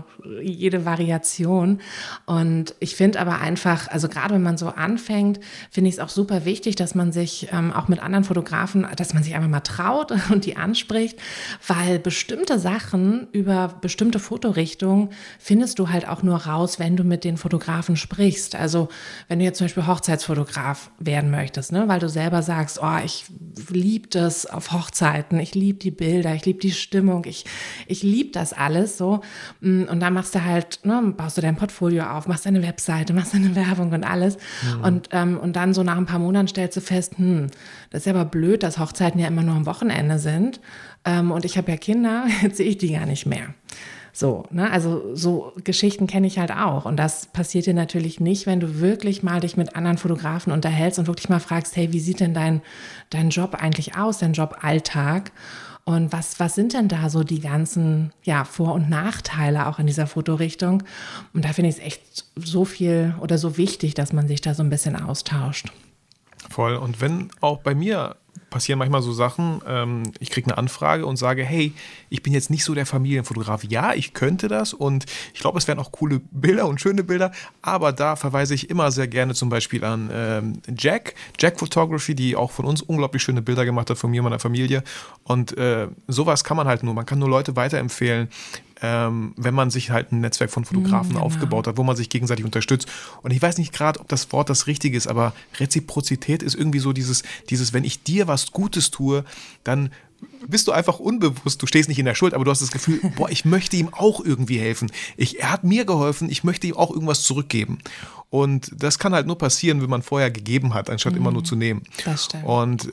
Speaker 3: Variation. Und ich finde aber einfach, also gerade wenn man so anfängt, finde ich es auch super wichtig, dass man sich auch mit anderen Fotografen, dass man sich einfach mal traut und die anspricht, weil bestimmte Sachen über bestimmte Fotorichtungen findest du halt auch nur raus, wenn du mit den Fotografen sprichst. Also wenn du jetzt zum Beispiel Hochzeitsfotograf werden möchtest, ne, weil du selber sagst, oh, ich liebe das auf Hochzeiten, ich liebe die Bilder, ich liebe die Stimmung, ich liebe das alles so. Und dann machst du halt, ne, baust du dein Portfolio auf, machst deine Webseite, machst deine Werbung und alles. Und dann so nach ein paar Monaten stellst du fest, das ist ja aber blöd, dass Hochzeiten ja immer nur am Wochenende sind. Und ich habe ja Kinder, jetzt sehe ich die gar nicht mehr. So, ne? Also so Geschichten kenne ich halt auch. Und das passiert dir natürlich nicht, wenn du wirklich mal dich mit anderen Fotografen unterhältst und wirklich mal fragst, hey, wie sieht denn dein Job eigentlich aus, dein Joballtag? Und was sind denn da so die ganzen Vor- und Nachteile auch in dieser Fotorichtung? Und da finde ich es echt so viel oder so wichtig, dass man sich da so ein bisschen austauscht.
Speaker 2: Voll. Und wenn auch bei mir passieren manchmal so Sachen, ich kriege eine Anfrage und sage, hey, ich bin jetzt nicht so der Familienfotograf. Ja, ich könnte das und ich glaube, es wären auch coole Bilder und schöne Bilder, aber da verweise ich immer sehr gerne zum Beispiel an Jack Photography, die auch von uns unglaublich schöne Bilder gemacht hat, von mir und meiner Familie. Und sowas kann man halt nur, man kann nur Leute weiterempfehlen, wenn man sich halt ein Netzwerk von Fotografen aufgebaut hat, wo man sich gegenseitig unterstützt. Und ich weiß nicht gerade, ob das Wort das Richtige ist, aber Reziprozität ist irgendwie so dieses, wenn ich dir was Gutes tue, dann bist du einfach unbewusst, du stehst nicht in der Schuld, aber du hast das Gefühl, boah, ich möchte ihm auch irgendwie helfen. Er hat mir geholfen, ich möchte ihm auch irgendwas zurückgeben. Und das kann halt nur passieren, wenn man vorher gegeben hat, anstatt immer nur zu nehmen.
Speaker 3: Das stimmt.
Speaker 2: Und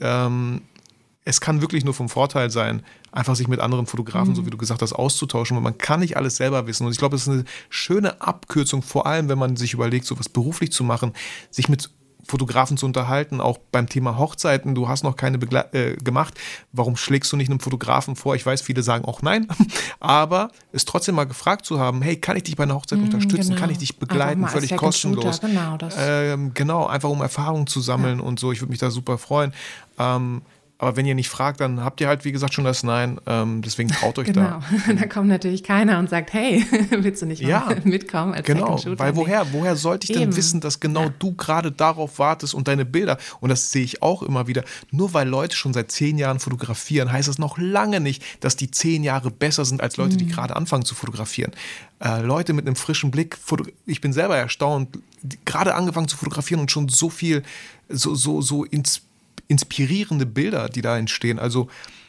Speaker 2: es kann wirklich nur vom Vorteil sein, einfach sich mit anderen Fotografen, so wie du gesagt hast, auszutauschen, weil man kann nicht alles selber wissen. Und ich glaube, es ist eine schöne Abkürzung, vor allem, wenn man sich überlegt, sowas beruflich zu machen, sich mit Fotografen zu unterhalten, auch beim Thema Hochzeiten. Du hast noch keine gemacht. Warum schlägst du nicht einem Fotografen vor? Ich weiß, viele sagen auch nein, aber es trotzdem mal gefragt zu haben, hey, kann ich dich bei einer Hochzeit unterstützen?
Speaker 3: Genau.
Speaker 2: Kann ich dich begleiten? Völlig kostenlos. Genau, einfach um Erfahrungen zu sammeln und so. Ich würde mich da super freuen. Aber wenn ihr nicht fragt, dann habt ihr halt, wie gesagt, schon das Nein. Deswegen traut euch da.
Speaker 3: Genau, da kommt natürlich keiner und sagt, hey, willst du nicht mal mitkommen als
Speaker 2: genau,
Speaker 3: Second Shooter?
Speaker 2: Weil woher sollte ich denn wissen, dass genau du gerade darauf wartest und deine Bilder, und das sehe ich auch immer wieder, nur weil Leute schon seit 10 Jahren fotografieren, heißt das noch lange nicht, dass die 10 Jahre besser sind als Leute, die gerade anfangen zu fotografieren. Leute mit einem frischen Blick, ich bin selber erstaunt, gerade angefangen zu fotografieren und schon so viel, so inspirierende Bilder, die da entstehen. Also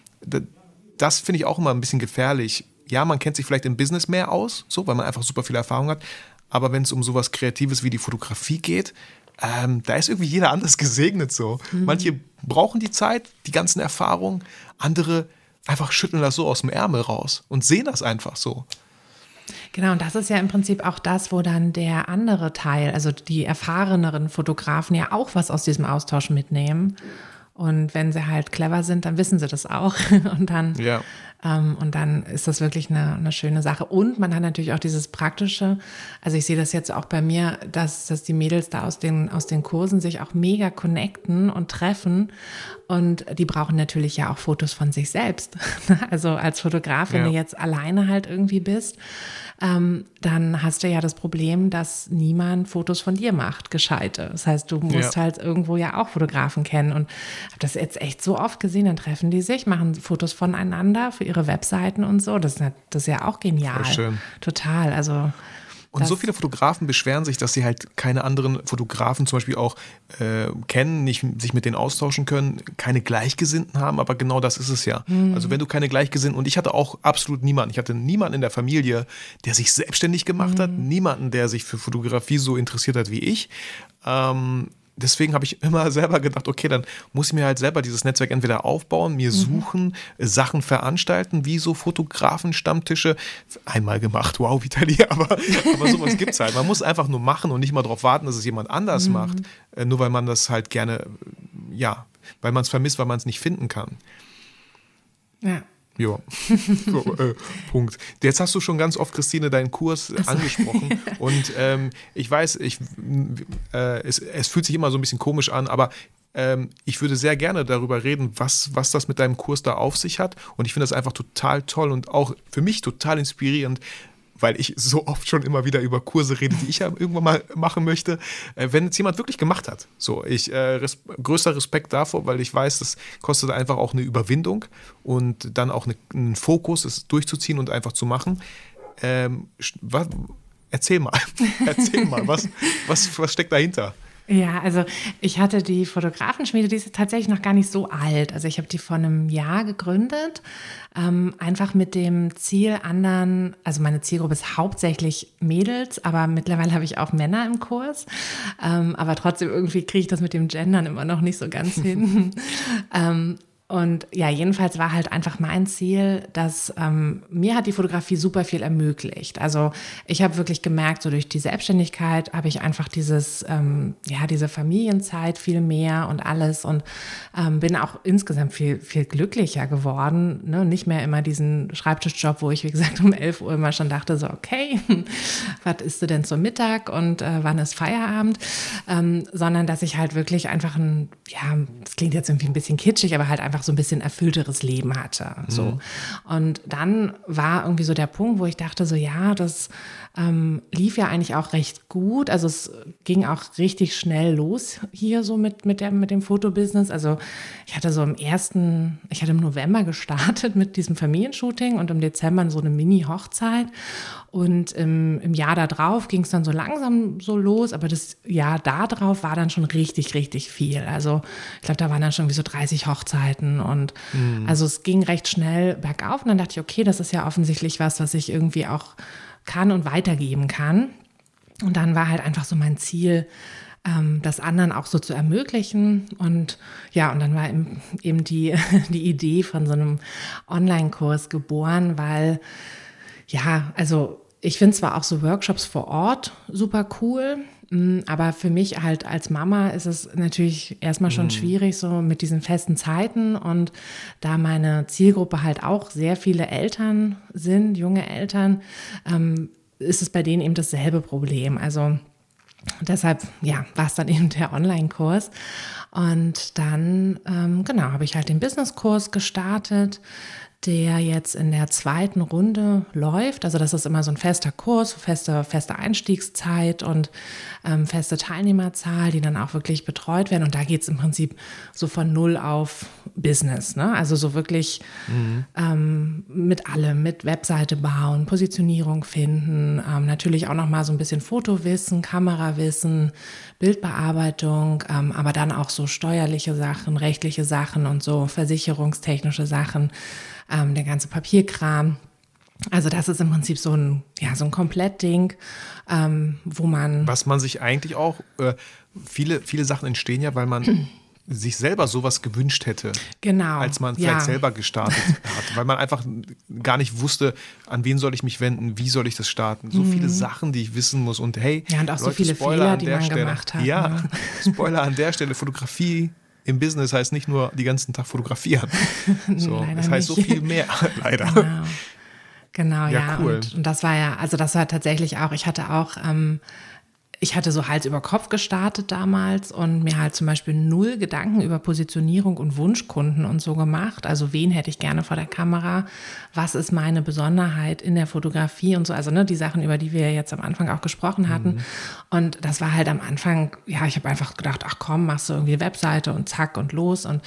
Speaker 2: das finde ich auch immer ein bisschen gefährlich. Ja, man kennt sich vielleicht im Business mehr aus, so, weil man einfach super viel Erfahrung hat. Aber wenn es um sowas Kreatives wie die Fotografie geht, da ist irgendwie jeder anders gesegnet so. Manche brauchen die Zeit, die ganzen Erfahrungen. Andere einfach schütteln das so aus dem Ärmel raus und sehen das einfach so.
Speaker 3: Genau, und das ist ja im Prinzip auch das, wo dann der andere Teil, also die erfahreneren Fotografen ja auch was aus diesem Austausch mitnehmen. Und wenn sie halt clever sind, dann wissen sie das auch. Und dann ist das wirklich eine schöne Sache. Und man hat natürlich auch dieses Praktische. Also ich sehe das jetzt auch bei mir, dass die Mädels da aus den Kursen sich auch mega connecten und treffen. Und die brauchen natürlich ja auch Fotos von sich selbst. Also als Fotograf, wenn du jetzt alleine halt irgendwie bist, dann hast du ja das Problem, dass niemand Fotos von dir macht, gescheite. Das heißt, du musst halt irgendwo ja auch Fotografen kennen. Und habe das jetzt echt so oft gesehen, dann treffen die sich, machen Fotos voneinander für ihre Webseiten und so. Das ist ja auch genial.
Speaker 2: Voll schön.
Speaker 3: Total, also...
Speaker 2: Und so viele Fotografen beschweren sich, dass sie halt keine anderen Fotografen zum Beispiel auch kennen, nicht sich mit denen austauschen können, keine Gleichgesinnten haben, aber genau das ist es ja. Also wenn du keine Gleichgesinnten, und ich hatte auch absolut niemanden, ich hatte niemanden in der Familie, der sich selbstständig gemacht hat, niemanden, der sich für Fotografie so interessiert hat wie ich. Deswegen habe ich immer selber gedacht, okay, dann muss ich mir halt selber dieses Netzwerk entweder aufbauen, mir suchen, Sachen veranstalten, wie so Fotografen-Stammtische. Einmal gemacht, wow, Vitali, aber sowas gibt's halt. Man muss einfach nur machen und nicht mal darauf warten, dass es jemand anders macht, nur weil man das halt gerne, weil man es vermisst, weil man es nicht finden kann.
Speaker 3: Ja.
Speaker 2: Ja, so, Punkt. Jetzt hast du schon ganz oft, Christine, deinen Kurs angesprochen und ich weiß, es fühlt sich immer so ein bisschen komisch an, aber ich würde sehr gerne darüber reden, was das mit deinem Kurs da auf sich hat, und ich finde das einfach total toll und auch für mich total inspirierend, weil ich so oft schon immer wieder über Kurse rede, die ich ja irgendwann mal machen möchte, wenn es jemand wirklich gemacht hat. So, größter Respekt davor, weil ich weiß, das kostet einfach auch eine Überwindung und dann auch einen Fokus, es durchzuziehen und einfach zu machen. Erzähl mal, was steckt dahinter?
Speaker 3: Ja, also ich hatte die Fotografenschmiede, die ist tatsächlich noch gar nicht so alt. Also ich habe die vor einem Jahr gegründet, einfach mit dem Ziel also meine Zielgruppe ist hauptsächlich Mädels, aber mittlerweile habe ich auch Männer im Kurs. Aber trotzdem irgendwie kriege ich das mit dem Gendern immer noch nicht so ganz hin. Und ja, jedenfalls war halt einfach mein Ziel, dass mir hat die Fotografie super viel ermöglicht. Also ich habe wirklich gemerkt, so durch die Selbstständigkeit habe ich einfach diese Familienzeit viel mehr und alles und bin auch insgesamt viel, viel glücklicher geworden. Ne? Nicht mehr immer diesen Schreibtischjob, wo ich, wie gesagt, um 11 Uhr immer schon dachte, so okay, was isst du denn zum Mittag und wann ist Feierabend? Sondern dass ich halt wirklich einfach das klingt jetzt irgendwie ein bisschen kitschig, aber halt einfach so ein bisschen erfüllteres Leben hatte. So. Und dann war irgendwie so der Punkt, wo ich dachte so, ja, das lief ja eigentlich auch recht gut. Also es ging auch richtig schnell los hier so mit dem Fotobusiness. Also ich hatte im November gestartet mit diesem Familienshooting und im Dezember so eine Mini-Hochzeit. Und im Jahr darauf ging es dann so langsam so los, aber das Jahr darauf war dann schon richtig, richtig viel. Also ich glaube, da waren dann schon wie so 30 Hochzeiten und also es ging recht schnell bergauf. Und dann dachte ich, okay, das ist ja offensichtlich was ich irgendwie auch kann und weitergeben kann. Und dann war halt einfach so mein Ziel, das anderen auch so zu ermöglichen. Und ja, und dann war eben die Idee von so einem Online-Kurs geboren, weil ja, also ich finde zwar auch so Workshops vor Ort super cool, aber für mich halt als Mama ist es natürlich erstmal schon schwierig, so mit diesen festen Zeiten. Und da meine Zielgruppe halt auch sehr viele Eltern sind, junge Eltern, ist es bei denen eben dasselbe Problem. Also deshalb, ja, war es dann eben der Online-Kurs. Und dann, habe ich halt den Business-Kurs gestartet, der jetzt in der 2. Runde läuft. Also das ist immer so ein fester Kurs, feste Einstiegszeit und feste Teilnehmerzahl, die dann auch wirklich betreut werden. Und da geht es im Prinzip so von 0 auf Business, ne? Also so wirklich mit allem, mit Webseite bauen, Positionierung finden, natürlich auch nochmal so ein bisschen Fotowissen, Kamerawissen, Bildbearbeitung, aber dann auch so steuerliche Sachen, rechtliche Sachen und so versicherungstechnische Sachen, der ganze Papierkram. Also das ist im Prinzip so ein Komplettding, wo man...
Speaker 2: Was man sich eigentlich auch, viele Sachen entstehen ja, weil man sich selber sowas gewünscht hätte,
Speaker 3: genau,
Speaker 2: als man vielleicht selber gestartet hat, weil man einfach gar nicht wusste, an wen soll ich mich wenden, wie soll ich das starten. So viele Sachen, die ich wissen muss und hey,
Speaker 3: ja, und auch
Speaker 2: Leute,
Speaker 3: so viele
Speaker 2: Spoiler
Speaker 3: Fehler, die man gemacht hat.
Speaker 2: Ja,
Speaker 3: ne?
Speaker 2: Spoiler an der Stelle, Fotografie im Business heißt nicht nur den ganzen Tag fotografieren. So, es heißt so viel mehr, leider.
Speaker 3: Genau, ja.
Speaker 2: Cool.
Speaker 3: Und das war tatsächlich auch, ich hatte so Hals über Kopf gestartet damals und mir halt zum Beispiel 0 Gedanken über Positionierung und Wunschkunden und so gemacht. Also wen hätte ich gerne vor der Kamera? Was ist meine Besonderheit in der Fotografie und so? Also die Sachen, über die wir jetzt am Anfang auch gesprochen hatten. Und das war halt am Anfang, ja, ich habe einfach gedacht, ach komm, machst du irgendwie Webseite und zack und los. Und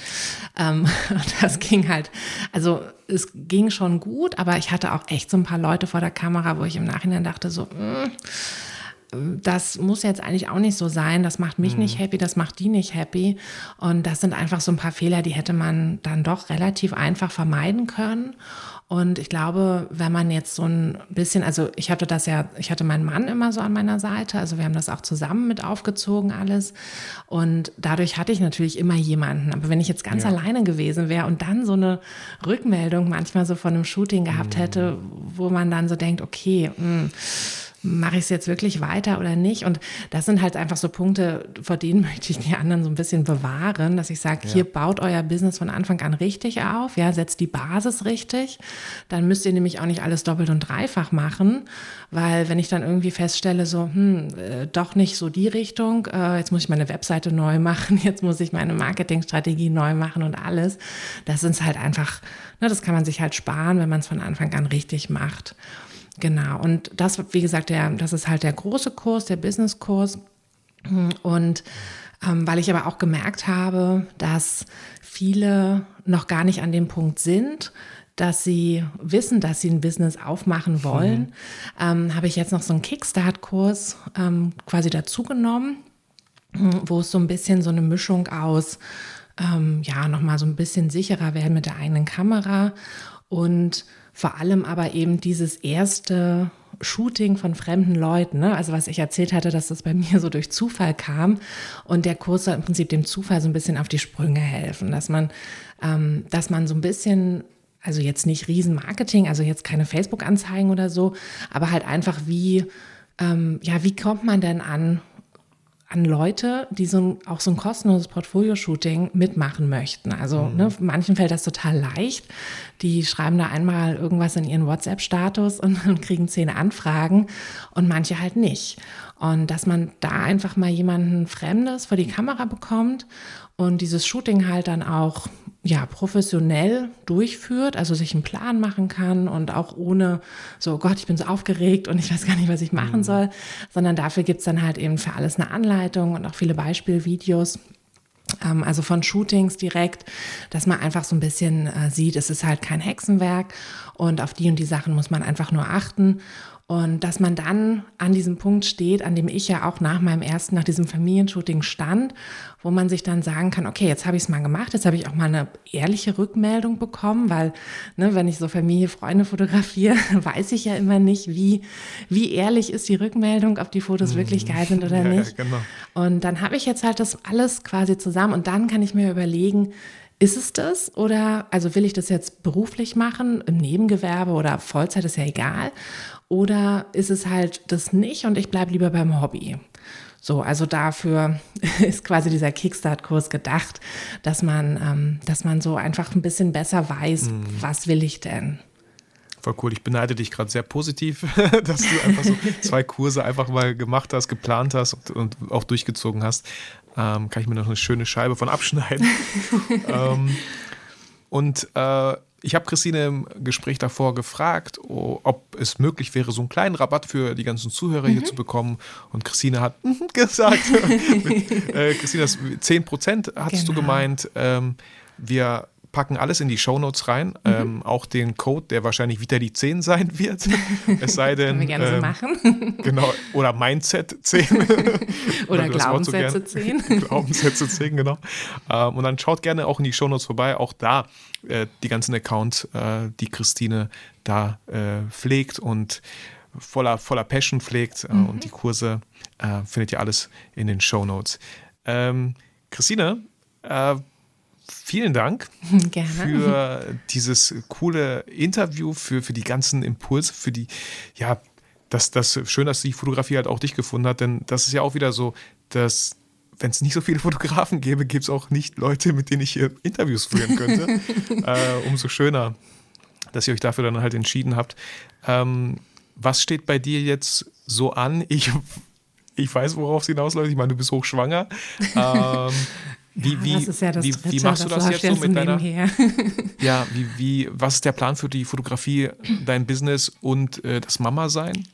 Speaker 3: das ging halt, also es ging schon gut, aber ich hatte auch echt so ein paar Leute vor der Kamera, wo ich im Nachhinein dachte so, das muss jetzt eigentlich auch nicht so sein, das macht mich nicht happy, das macht die nicht happy. Und das sind einfach so ein paar Fehler, die hätte man dann doch relativ einfach vermeiden können. Und ich glaube, wenn man jetzt so ein bisschen, also ich hatte meinen Mann immer so an meiner Seite, also wir haben das auch zusammen mit aufgezogen alles und dadurch hatte ich natürlich immer jemanden. Aber wenn ich jetzt ganz alleine gewesen wäre und dann so eine Rückmeldung manchmal so von einem Shooting gehabt hätte, wo man dann so denkt, okay, mache ich es jetzt wirklich weiter oder nicht? Und das sind halt einfach so Punkte, vor denen möchte ich die anderen so ein bisschen bewahren, dass ich sage, hier baut euer Business von Anfang an richtig auf, ja, setzt die Basis richtig. Dann müsst ihr nämlich auch nicht alles doppelt und dreifach machen, weil wenn ich dann irgendwie feststelle, so, doch nicht so die Richtung, jetzt muss ich meine Webseite neu machen, jetzt muss ich meine Marketingstrategie neu machen und alles, das ist halt einfach, ne, das kann man sich halt sparen, wenn man es von Anfang an richtig macht. Genau, und das, wie gesagt, das ist halt der große Kurs, der Business-Kurs. Und weil ich aber auch gemerkt habe, dass viele noch gar nicht an dem Punkt sind, dass sie wissen, dass sie ein Business aufmachen wollen, habe ich jetzt noch so einen Kickstart-Kurs quasi dazu genommen, wo es so ein bisschen so eine Mischung aus, nochmal so ein bisschen sicherer werden mit der eigenen Kamera und vor allem aber eben dieses erste Shooting von fremden Leuten, ne? Also was ich erzählt hatte, dass das bei mir so durch Zufall kam und der Kurs soll im Prinzip dem Zufall so ein bisschen auf die Sprünge helfen, dass man so ein bisschen, also jetzt nicht Riesenmarketing, also jetzt keine Facebook-Anzeigen oder so, aber halt einfach wie kommt man denn an Leute, die auch so ein kostenloses Portfolio-Shooting mitmachen möchten. Also manchen fällt das total leicht. Die schreiben da einmal irgendwas in ihren WhatsApp-Status und kriegen 10 Anfragen und manche halt nicht. Und dass man da einfach mal jemanden Fremdes vor die Kamera bekommt und dieses Shooting halt dann auch professionell durchführt, also sich einen Plan machen kann und auch ohne so, oh Gott, ich bin so aufgeregt und ich weiß gar nicht, was ich machen soll, sondern dafür gibt's dann halt eben für alles eine Anleitung und auch viele Beispielvideos, also von Shootings direkt, dass man einfach so ein bisschen sieht, es ist halt kein Hexenwerk und auf die und die Sachen muss man einfach nur achten. Und dass man dann an diesem Punkt steht, an dem ich ja auch nach diesem Familienshooting stand, wo man sich dann sagen kann, okay, jetzt habe ich es mal gemacht, jetzt habe ich auch mal eine ehrliche Rückmeldung bekommen, weil wenn ich so Familie, Freunde fotografiere, weiß ich ja immer nicht, wie ehrlich ist die Rückmeldung, ob die Fotos wirklich geil sind oder nicht. Ja, genau. Und dann habe ich jetzt halt das alles quasi zusammen und dann kann ich mir überlegen, ist es das oder also will ich das jetzt beruflich machen, im Nebengewerbe oder Vollzeit, ist ja egal. Oder ist es halt das nicht und ich bleibe lieber beim Hobby? So, also dafür ist quasi dieser Kickstart-Kurs gedacht, dass man so einfach ein bisschen besser weiß, was will ich denn?
Speaker 2: Voll cool. Ich beneide dich gerade sehr positiv, dass du einfach so 2 Kurse einfach mal gemacht hast, geplant hast und auch durchgezogen hast. Kann ich mir noch eine schöne Scheibe von abschneiden. Ich habe Christine im Gespräch davor gefragt, ob es möglich wäre, so einen kleinen Rabatt für die ganzen Zuhörer hier zu bekommen. Und Christine hat gesagt, Christine, 10% hattest du gemeint. Wir packen alles in die Shownotes rein, auch den Code, der wahrscheinlich Vitali 10 sein wird. Es sei denn,
Speaker 3: können wir gerne so machen.
Speaker 2: Genau, oder Mindset 10.
Speaker 3: oder Glaubenssätze 10.
Speaker 2: Glaubenssätze 10, genau. Und dann schaut gerne auch in die Shownotes vorbei, auch da die ganzen Accounts, die Christine da pflegt und voller Passion pflegt und die Kurse findet ihr alles in den Shownotes. Christine, vielen Dank für dieses coole Interview, für die ganzen Impulse, für die, das schön, dass die Fotografie halt auch dich gefunden hat, denn das ist ja auch wieder so, dass wenn es nicht so viele Fotografen gäbe, gibt es auch nicht Leute, mit denen ich hier Interviews führen könnte. Umso schöner, dass ihr euch dafür dann halt entschieden habt. Was steht bei dir jetzt so an? Ich weiß, worauf es hinausläuft. Ich meine, du bist hochschwanger. Wie machst du das jetzt so mit deiner? Was ist der Plan für die Fotografie, dein Business und das Mama-Sein?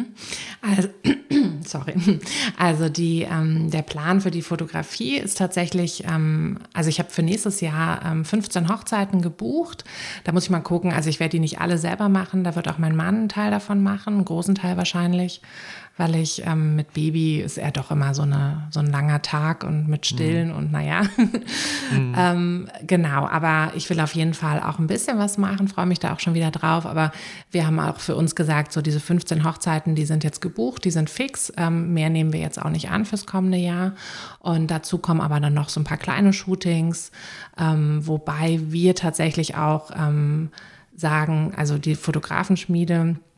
Speaker 3: Also der Plan für die Fotografie ist tatsächlich, also ich habe für nächstes Jahr 15 Hochzeiten gebucht. Da muss ich mal gucken, also ich werde die nicht alle selber machen, da wird auch mein Mann einen Teil davon machen, einen großen Teil wahrscheinlich, weil ich mit Baby ist er doch immer so ein langer Tag und mit Stillen und naja. Genau, aber ich will auf jeden Fall auch ein bisschen was machen, freue mich da auch schon wieder drauf, aber wir haben auch für uns gesagt, so diese 15 Hochzeiten, die sind jetzt gebucht, die sind fix, mehr nehmen wir jetzt auch nicht an fürs kommende Jahr und dazu kommen aber dann noch so ein paar kleine Shootings, wobei wir tatsächlich auch sagen, also die Fotografenschmiede,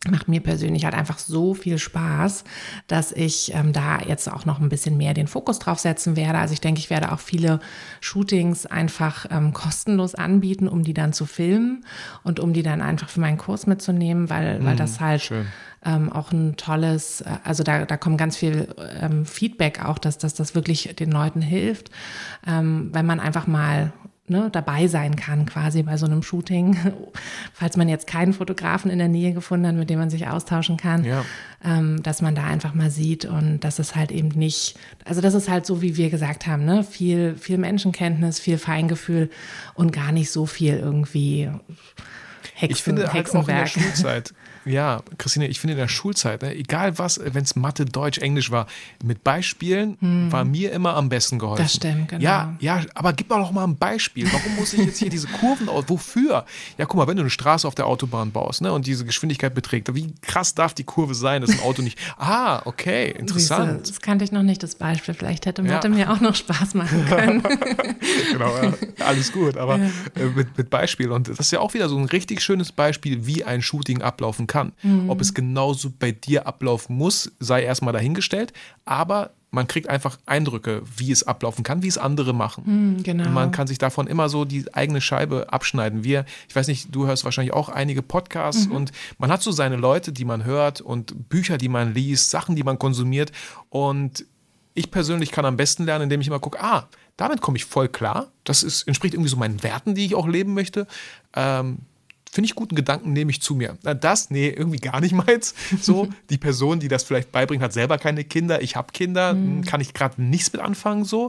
Speaker 3: macht mir persönlich halt einfach so viel Spaß, dass ich da jetzt auch noch ein bisschen mehr den Fokus drauf setzen werde. Also ich denke, ich werde auch viele Shootings einfach kostenlos anbieten, um die dann zu filmen und um die dann einfach für meinen Kurs mitzunehmen, weil das halt auch ein tolles, also da kommt ganz viel Feedback auch, dass das wirklich den Leuten hilft, wenn man einfach mal dabei sein kann quasi bei so einem Shooting, falls man jetzt keinen Fotografen in der Nähe gefunden hat, mit dem man sich austauschen kann, dass man da einfach mal sieht und dass es halt eben nicht, also das ist halt so, wie wir gesagt haben, ne? Viel Menschenkenntnis, viel Feingefühl und gar nicht so viel irgendwie
Speaker 2: Ich finde halt auch in der Schulzeit, ja, Christine, ich finde in der Schulzeit, egal was, wenn es Mathe, Deutsch, Englisch war, mit Beispielen war mir immer am besten geholfen.
Speaker 3: Das stimmt, genau.
Speaker 2: Ja, aber gib mir doch mal ein Beispiel. Warum muss ich jetzt hier diese Kurven aus? Wofür? Ja, guck mal, wenn du eine Straße auf der Autobahn baust, ne, und diese Geschwindigkeit beträgt, wie krass darf die Kurve sein, dass ein Auto nicht. Ah, okay, interessant.
Speaker 3: Siehste, das kannte ich noch nicht, das Beispiel. Vielleicht hätte Mathe mir auch noch Spaß machen können.
Speaker 2: Genau, alles gut, aber mit Beispiel. Und das ist ja auch wieder so ein richtig schönes Beispiel, wie ein Shooting ablaufen kann. Ob es genauso bei dir ablaufen muss, sei erstmal dahingestellt, aber man kriegt einfach Eindrücke, wie es ablaufen kann, wie es andere machen.
Speaker 3: Genau.
Speaker 2: Und man kann sich davon immer so die eigene Scheibe abschneiden. Ich weiß nicht, du hörst wahrscheinlich auch einige Podcasts und man hat so seine Leute, die man hört und Bücher, die man liest, Sachen, die man konsumiert. Und ich persönlich kann am besten lernen, indem ich immer gucke, damit komme ich voll klar. Das entspricht irgendwie so meinen Werten, die ich auch leben möchte. Finde ich guten Gedanken, nehme ich zu mir. Irgendwie gar nicht meins. So, die Person, die das vielleicht beibringt, hat selber keine Kinder. Ich habe Kinder, kann ich gerade nichts mit anfangen. So.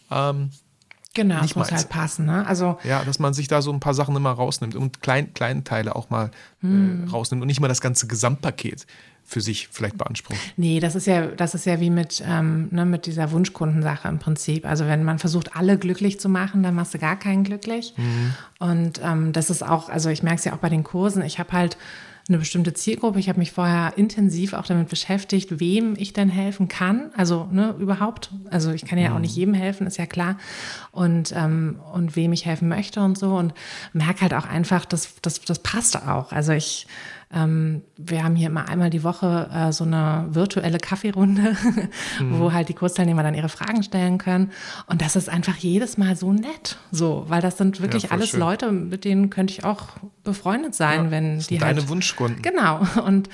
Speaker 3: Genau, das muss halt passen. Ne? Also,
Speaker 2: ja, dass man sich da so ein paar Sachen immer rausnimmt und kleine Teile auch mal rausnimmt und nicht mal das ganze Gesamtpaket für sich vielleicht beansprucht.
Speaker 3: Nee, das ist ja wie mit dieser Wunschkundensache im Prinzip. Also wenn man versucht, alle glücklich zu machen, dann machst du gar keinen glücklich. Und das ist auch, also ich merke es ja auch bei den Kursen, ich habe halt eine bestimmte Zielgruppe. Ich habe mich vorher intensiv auch damit beschäftigt, wem ich denn helfen kann. Also überhaupt. Also ich kann ja auch nicht jedem helfen, ist ja klar. Und wem ich helfen möchte und so. Und merke halt auch einfach, das passt auch. Also wir haben hier immer einmal die Woche so eine virtuelle Kaffeerunde, wo halt die Kursteilnehmer dann ihre Fragen stellen können. Und das ist einfach jedes Mal so nett. So, weil das sind wirklich alles schön. Leute, mit denen könnte ich auch befreundet sein, wenn die halt.
Speaker 2: Deine Wunschkunden.
Speaker 3: Genau.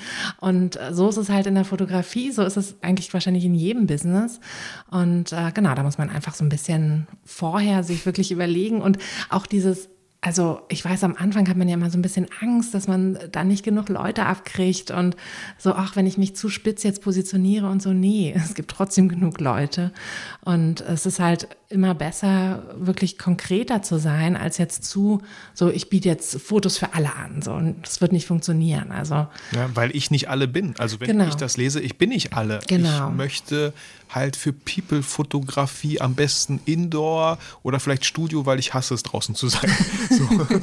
Speaker 3: Und so ist es halt in der Fotografie, so ist es eigentlich wahrscheinlich in jedem Business. Und genau, da muss man einfach so ein bisschen vorher sich wirklich überlegen und auch also ich weiß, am Anfang hat man ja immer so ein bisschen Angst, dass man da nicht genug Leute abkriegt und so, wenn ich mich zu spitz jetzt positioniere und so, nee, es gibt trotzdem genug Leute und es ist halt immer besser, wirklich konkreter zu sein, als jetzt so, ich biete jetzt Fotos für alle an, so, und das wird nicht funktionieren, also.
Speaker 2: Ja, weil ich nicht alle bin, also wenn ich das lese, ich bin nicht alle.
Speaker 3: Genau.
Speaker 2: Ich möchte halt für People-Fotografie am besten Indoor oder vielleicht Studio, weil ich hasse es, draußen zu sein. So.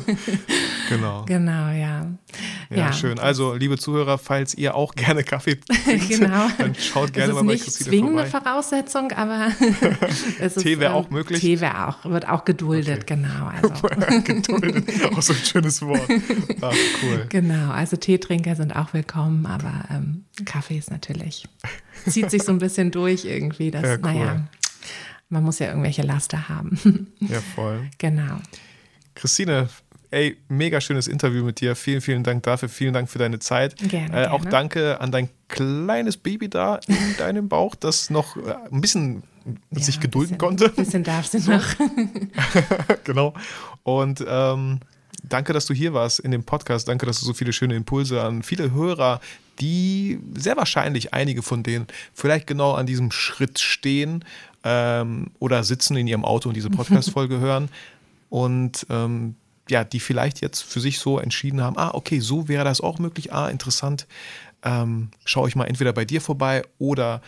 Speaker 2: Genau.
Speaker 3: Genau, ja.
Speaker 2: Ja, schön. Also, liebe Zuhörer, falls ihr auch gerne Kaffee trinkt, dann schaut gerne mal bei Christine vorbei. Es ist nicht zwingende
Speaker 3: Voraussetzung, aber
Speaker 2: Tee wäre auch möglich.
Speaker 3: Tee wird auch geduldet, okay. Genau. Also.
Speaker 2: Geduldet, auch so ein schönes Wort. Ach, cool.
Speaker 3: Genau, also Teetrinker sind auch willkommen, aber Kaffee ist natürlich, zieht sich so ein bisschen durch irgendwie. Das,
Speaker 2: ja, cool.
Speaker 3: Man muss ja irgendwelche Laster haben.
Speaker 2: Ja, voll.
Speaker 3: Genau.
Speaker 2: Christine, mega schönes Interview mit dir. Vielen, vielen Dank dafür. Vielen Dank für deine Zeit.
Speaker 3: Gerne.
Speaker 2: Auch danke an dein kleines Baby da in deinem Bauch, das noch ein bisschen sich gedulden konnte.
Speaker 3: Ein bisschen darf sie noch.
Speaker 2: Genau. Und danke, dass du hier warst in dem Podcast. Danke, dass du so viele schöne Impulse an viele Hörer, die sehr wahrscheinlich einige von denen vielleicht genau an diesem Schritt stehen oder sitzen in ihrem Auto und diese Podcast-Folge hören. Und die vielleicht jetzt für sich so entschieden haben, okay, so wäre das auch möglich, interessant, schaue ich mal entweder bei dir vorbei oder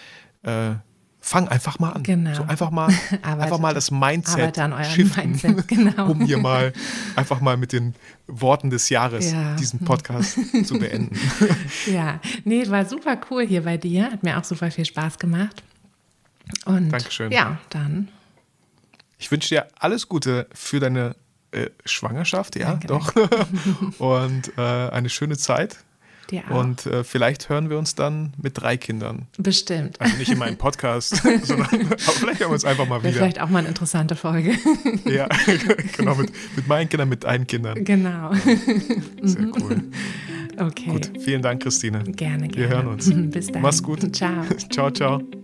Speaker 2: fang einfach mal an.
Speaker 3: Genau.
Speaker 2: So einfach mal das Mindset shiften,
Speaker 3: genau.
Speaker 2: um hier mal einfach mal mit den Worten des Jahres diesen Podcast zu beenden.
Speaker 3: Ja, nee, war super cool hier bei dir, hat mir auch super viel Spaß gemacht. Und
Speaker 2: Dankeschön.
Speaker 3: Ja, dann.
Speaker 2: Ich wünsche dir alles Gute für deine Schwangerschaft, ja,
Speaker 3: Danke.
Speaker 2: Doch. Und eine schöne Zeit.
Speaker 3: Dir auch.
Speaker 2: Und vielleicht hören wir uns dann mit 3 Kindern.
Speaker 3: Bestimmt.
Speaker 2: Also nicht in meinem Podcast, sondern aber vielleicht hören wir uns einfach mal wieder.
Speaker 3: Vielleicht auch mal eine interessante Folge.
Speaker 2: Ja, genau, mit meinen Kindern, mit deinen Kindern.
Speaker 3: Genau.
Speaker 2: Sehr cool.
Speaker 3: Okay.
Speaker 2: Gut, vielen Dank, Christine.
Speaker 3: Gerne.
Speaker 2: Wir hören uns.
Speaker 3: Bis dann.
Speaker 2: Mach's gut.
Speaker 3: Ciao.
Speaker 2: Ciao, ciao.